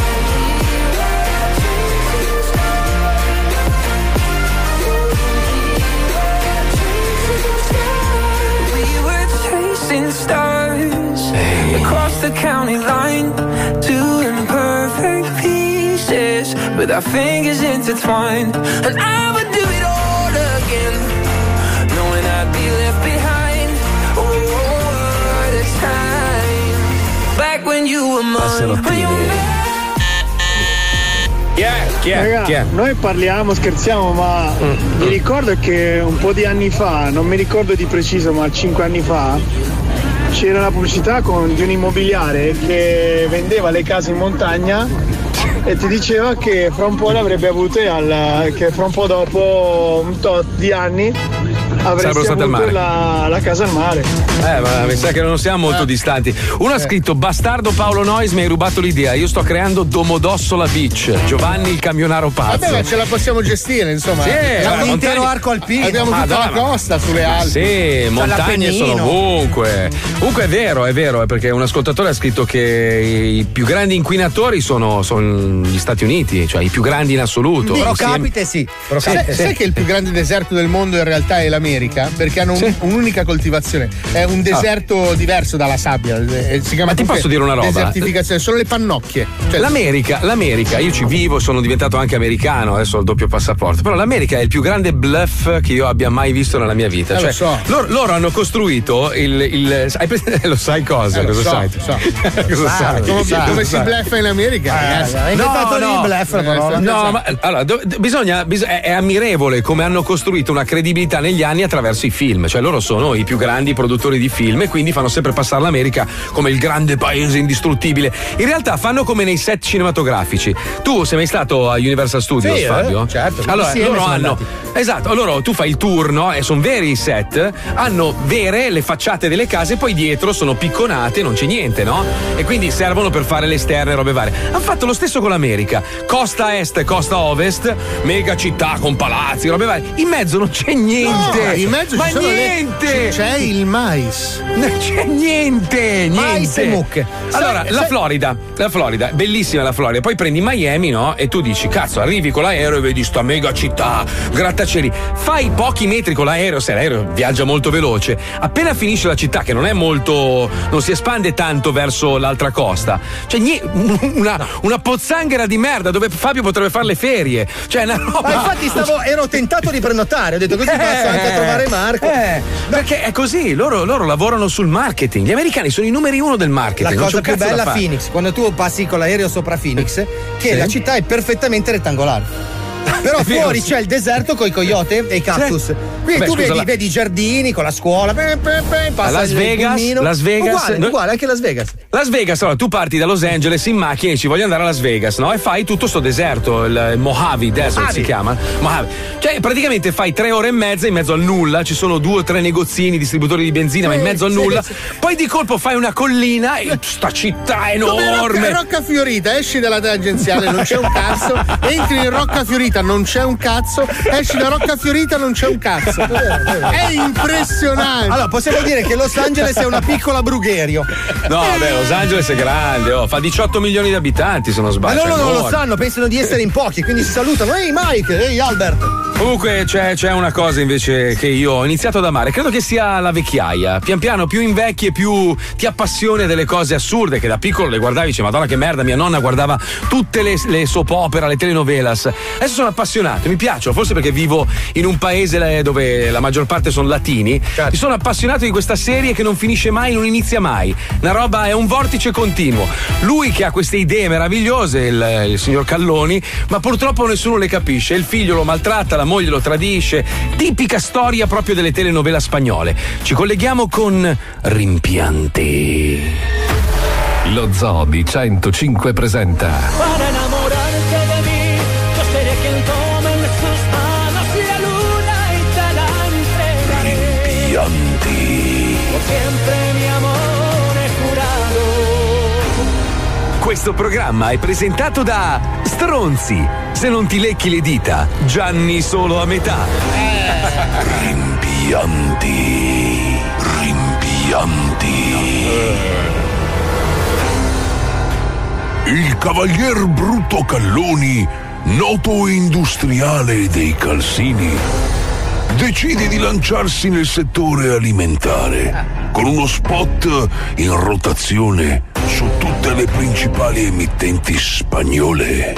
Chasing stars across the county line, two imperfect pieces with our fingers intertwined. And I would do it all again, knowing I'd be left behind. Oh, what a time, back when you were mine. Raga, noi parliamo, scherziamo, ma mi ricordo che un po' di anni fa, non mi ricordo di preciso, ma 5 anni fa, c'era la pubblicità di un immobiliare che vendeva le case in montagna e ti diceva che fra un po' le avrebbe avute che fra un po', dopo un tot di anni, avresti avuto la casa al mare. Ma mi sa che non siamo molto distanti. Uno ha scritto: bastardo Paolo Nois, mi hai rubato l'idea. Io sto creando Domodossola Beach. Giovanni il camionaro pazzo. Vabbè, ma ce la possiamo gestire, insomma. Sì, un intero arco alpino. Abbiamo tutta la costa sulle Alpi. Sì, montagne sono ovunque. Comunque è vero, perché un ascoltatore ha scritto che i più grandi inquinatori sono gli Stati Uniti, cioè i più grandi in assoluto. Però capite, sì. Sai che il più grande deserto del mondo in realtà è l'America? Perché hanno un'unica coltivazione. È un deserto diverso dalla sabbia. Si chiama, ma ti posso dire una roba? Desertificazione, sono le pannocchie. Cioè, l'America, io ci vivo, sono diventato anche americano, adesso ho il doppio passaporto. Però l'America è il più grande bluff che io abbia mai visto nella mia vita. Cioè, lo so. Loro hanno costruito lo sai cosa? Cosa sai? Cosa sai? Come si bluffa in America? Hai inventato lì il bluff la parola. No, ma allora è ammirevole come hanno costruito una credibilità negli anni attraverso i film. Cioè loro sono i più grandi produttori di film e quindi fanno sempre passare l'America come il grande paese indistruttibile. In realtà fanno come nei set cinematografici. Tu sei mai stato a Universal Studios, Fabio? Certo. Allora loro hanno esatto, allora tu fai il tour, no? E sono veri i set, hanno vere le facciate delle case, poi dietro sono picconate, non c'è niente, no? E quindi servono per fare le esterne, robe varie. Hanno fatto lo stesso con l'America, costa est, costa ovest, mega città con palazzi, robe varie. In mezzo non c'è niente. No, in mezzo ma niente. C'è il mais. Non c'è niente. Mais e mucche. Allora, la Florida, bellissima la Florida. Poi prendi Miami, no? E tu dici, cazzo, arrivi con l'aereo e vedi sta mega città, grattacieli. Fai pochi metri con l'aereo, se l'aereo viaggia molto veloce. Appena finisce la città, che non è molto, non si espande tanto verso l'altra costa, cioè una pozzanghera di merda dove Fabio potrebbe fare le ferie. Cioè una roba. Ma infatti ero tentato di prenotare, ho detto così passo anche a trovare Marco. Perché è così, loro lavorano sul marketing. Gli americani sono i numeri uno del marketing. La cosa più bella a Phoenix, quando tu passi con l'aereo sopra Phoenix, che la città è perfettamente rettangolare. Però fuori c'è il deserto con i coyote e i cactus. Quindi tu vedi i giardini con la scuola. Passa Las Vegas. Uguale, anche Las Vegas. Las Vegas, allora tu parti da Los Angeles in macchina e ci voglio andare a Las Vegas, no? E fai tutto sto deserto, il Mojave Desert si chiama. Mojave. Cioè praticamente fai 3 ore e mezza in mezzo al nulla, ci sono 2 o 3 negozini, distributori di benzina, ma in mezzo al nulla. Poi di colpo fai una collina e sta città enorme. Rocca Fiorita, esci dalla tangenziale, non c'è un cazzo. Entri in Rocca Fiorita, non c'è un cazzo. Esci da Rocca Fiorita, non c'è un cazzo. È impressionante. Allora possiamo dire che Los Angeles è una piccola Brugherio. No, vabbè, Los Angeles è grande, fa 18 milioni di abitanti, se non sbaglio. Ma loro non lo sanno, pensano di essere in pochi, quindi si salutano. Ehi Mike, ehi Albert. Comunque c'è una cosa invece che io ho iniziato ad amare, credo che sia la vecchiaia. Pian piano più invecchi e più ti appassioni delle cose assurde che da piccolo le guardavi e dici madonna che merda, mia nonna guardava tutte le soap opera, le telenovelas. Adesso sono appassionato, mi piacciono, forse perché vivo in un paese dove la maggior parte sono latini. Certo. Mi sono appassionato di questa serie che non finisce mai, non inizia mai. Una roba, è un vortice continuo. Lui che ha queste idee meravigliose, il signor Calloni, ma purtroppo nessuno le capisce. Il figlio lo maltratta, la moglie lo tradisce. Tipica storia proprio delle telenovela spagnole. Ci colleghiamo con Rimpianti. Lo Zoo di 105 presenta Para enamorarte de mí, yo seré quien tome en sus manos la luna y te la entregaré. Rimpianti. Por siempre mi amore jurado. Questo programma è presentato da Stronzi. Se non ti lecchi le dita, Gianni solo a metà. Rimpianti. Il cavalier Bruto Calloni, noto industriale dei calzini, decide di lanciarsi nel settore alimentare con uno spot in rotazione su tutte le principali emittenti spagnole.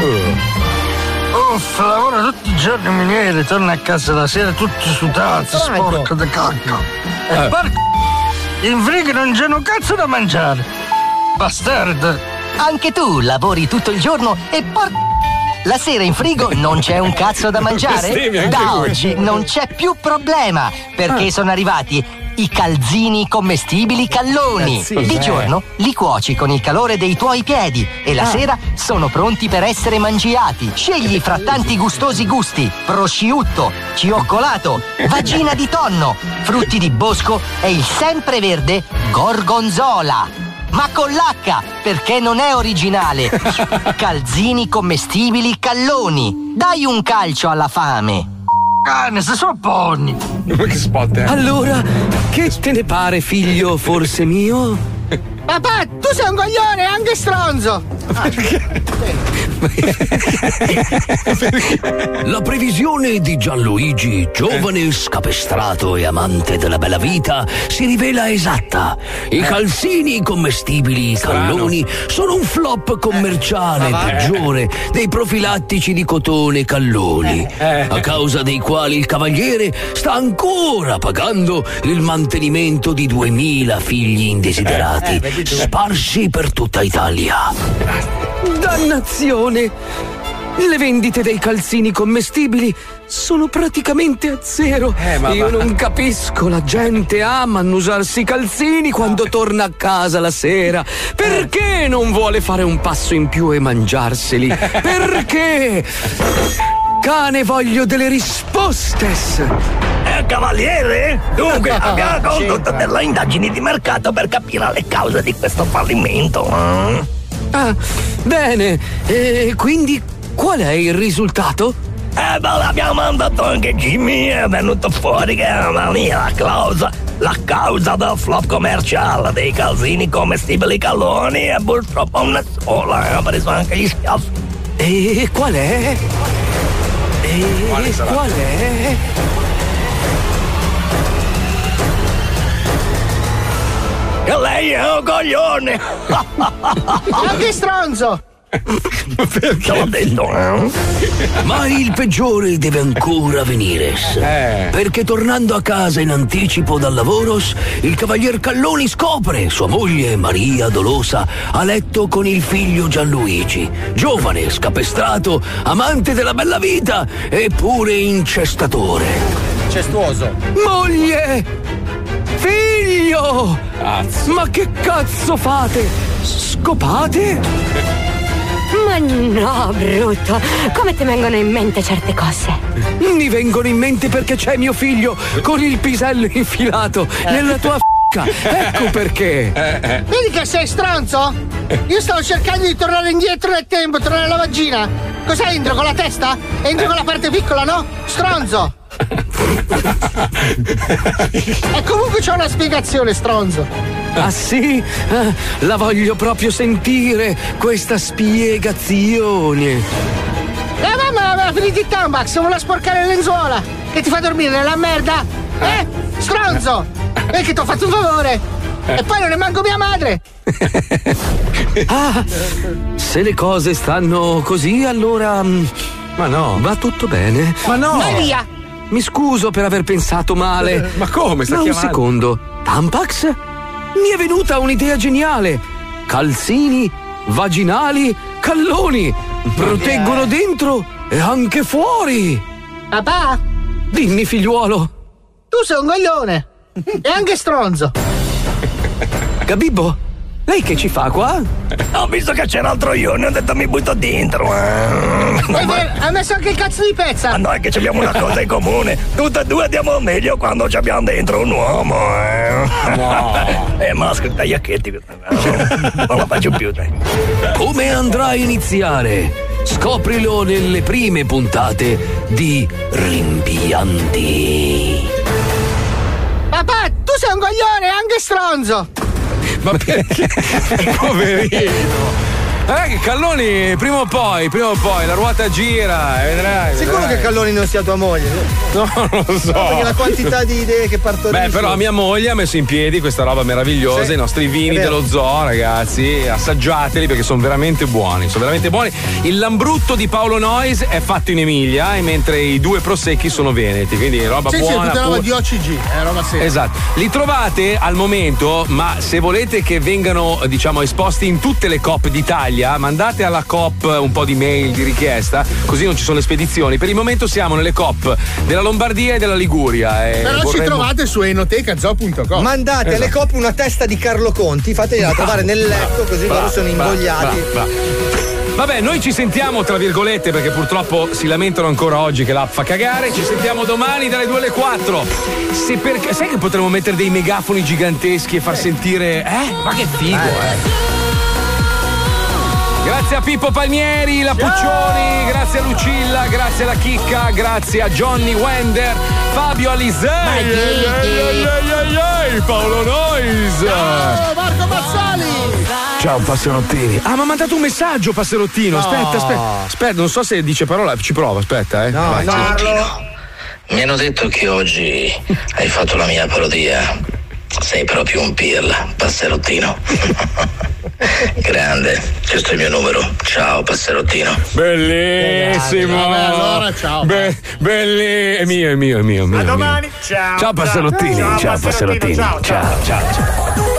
Lavora tutti i giorni miniere, torna a casa la sera tutti sudati, sporco di cacca. E porco, in frigo non c'è un cazzo da mangiare. Bastardo. Anche tu lavori tutto il giorno e la sera in frigo non c'è un cazzo da mangiare? Da oggi non c'è più problema, perché sono arrivati i calzini commestibili Calloni. Di giorno li cuoci con il calore dei tuoi piedi e la sera sono pronti per essere mangiati. Scegli fra tanti gustosi gusti: prosciutto, cioccolato, vagina di tonno, frutti di bosco e il sempreverde gorgonzola. Ma con l'H, perché non è originale. Calzini commestibili Calloni. Dai un calcio alla fame. Ne si sopponi. Che spot è? Allora, che te ne pare, figlio forse mio? Papà, tu sei un coglione, anche stronzo. La previsione di Gianluigi, giovane scapestrato e amante della bella vita, si rivela esatta. I calzini commestibili Calloni sono un flop commerciale peggiore dei profilattici di cotone Calloni, a causa dei quali il cavaliere sta ancora pagando il mantenimento di 2000 figli indesiderati, sparsi per tutta Italia. Dannazione! Le vendite dei calzini commestibili sono praticamente a zero. Io non capisco, la gente ama annusarsi i calzini quando torna a casa la sera. Perché non vuole fare un passo in più e mangiarseli? Perché? Cane, voglio delle rispostes. Cavaliere? Dunque, abbiamo condotto delle indagini di mercato per capire le cause di questo fallimento. Ah, bene. E quindi qual è il risultato? Abbiamo mandato anche Jimmy, è venuto fuori che la causa del flop commerciale dei calzini commestibili Calloni è purtroppo una sola, ha preso anche gli schiaffi. E qual è? Qual è? Che lei è un coglione! Anche stronzo! Perché l'ho detto, Ma il peggiore deve ancora venire. Perché tornando a casa in anticipo dal lavoro, il cavalier Calloni scopre sua moglie Maria Dolosa a letto con il figlio Gianluigi, giovane, scapestrato, amante della bella vita e pure incestatore. Incestuoso. Moglie! Figlio! Ma che cazzo fate? Scopate? Ma no, brutto. Come ti vengono in mente certe cose? Mi vengono in mente perché c'è mio figlio con il pisello infilato nella tua Ecco perché. Vedi che sei stronzo? Io stavo cercando di tornare indietro nel tempo, tornare alla vagina. Cosa entro con la testa? Entro con la parte piccola, no? Stronzo! E comunque c'è una spiegazione, stronzo. Ah sì? La voglio proprio sentire questa spiegazione. Mamma, finiti il Tambax, vuole sporcare le lenzuola che ti fa dormire nella merda? Stronzo! E che ti ho fatto un favore! E poi non è manco mia madre! Se le cose stanno così, allora. Ma no, va tutto bene. Ma no! Vai via! Mi scuso per aver pensato male. Ma come? Sta chiamando? Un secondo. Tampax? Mi è venuta un'idea geniale. Calzini, vaginali, Calloni. Proteggono dentro e anche fuori. Papà? Dimmi, figliuolo. Tu sei un coglione. E anche stronzo. Gabibbo? Lei che ci fa qua? Ho visto che c'era altro io, ne ho detto mi butto dentro. Ha messo anche il cazzo di pezza. Ma noi che abbiamo una cosa in comune. Tutte e due diamo meglio quando ci abbiamo dentro un uomo. No. Maschio, tagliacchetti. Non la faccio più, dai. Come andrà a iniziare? Scoprilo nelle prime puntate di Rimpianti. Papà, tu sei un coglione, anche stronzo. Ma perché? Poverino. Che Calloni prima o poi la ruota gira, vedrai. Sicuro che Calloni non sia tua moglie? No, non lo so. Perché la quantità di idee che partoriscono. Beh, però mia moglie ha messo in piedi questa roba meravigliosa, sì, i nostri vini dello zoo, ragazzi, assaggiateli perché sono veramente buoni, Il Lambrutto di Paolo Noyes è fatto in Emilia, e mentre i due prosecchi sono veneti, quindi roba buona. Sì, tutta roba di OCG, roba seria. Esatto. Li trovate al momento, ma se volete che vengano, diciamo, esposti in tutte le COP d'Italia, Italia, mandate alla Coop un po' di mail di richiesta, così non ci sono le spedizioni. Per il momento siamo nelle Coop della Lombardia e della Liguria. Però ci trovate su enotecazoo.com. Mandate alle Coop una testa di Carlo Conti, fatela trovare nel letto, così loro sono invogliati. Vabbè, noi ci sentiamo tra virgolette, perché purtroppo si lamentano ancora oggi che l'app fa cagare. Ci sentiamo domani dalle 2 alle 4. Sai che potremmo mettere dei megafoni giganteschi e far sentire. Ma che figo, Grazie a Pippo Palmieri, la Puccioni, grazie a Lucilla, grazie alla Chicca, grazie a Johnny Wender, Fabio Alisei, Paolo Nois, ciao Marco Mazzali. Ciao Passerottini. Ah, mi ha mandato un messaggio Passerottino. Aspetta, non so se dice parola, ci provo, aspetta, No, Passerottino, mi hanno detto che oggi hai fatto la mia parodia. Sei proprio un pirla, Passerottino. Grande, questo è il mio numero. Ciao Passerottino. Bellissimo. Allora ciao. È mio. A domani. Ciao. Ciao Passerottini. Ciao Passerottini. Ciao.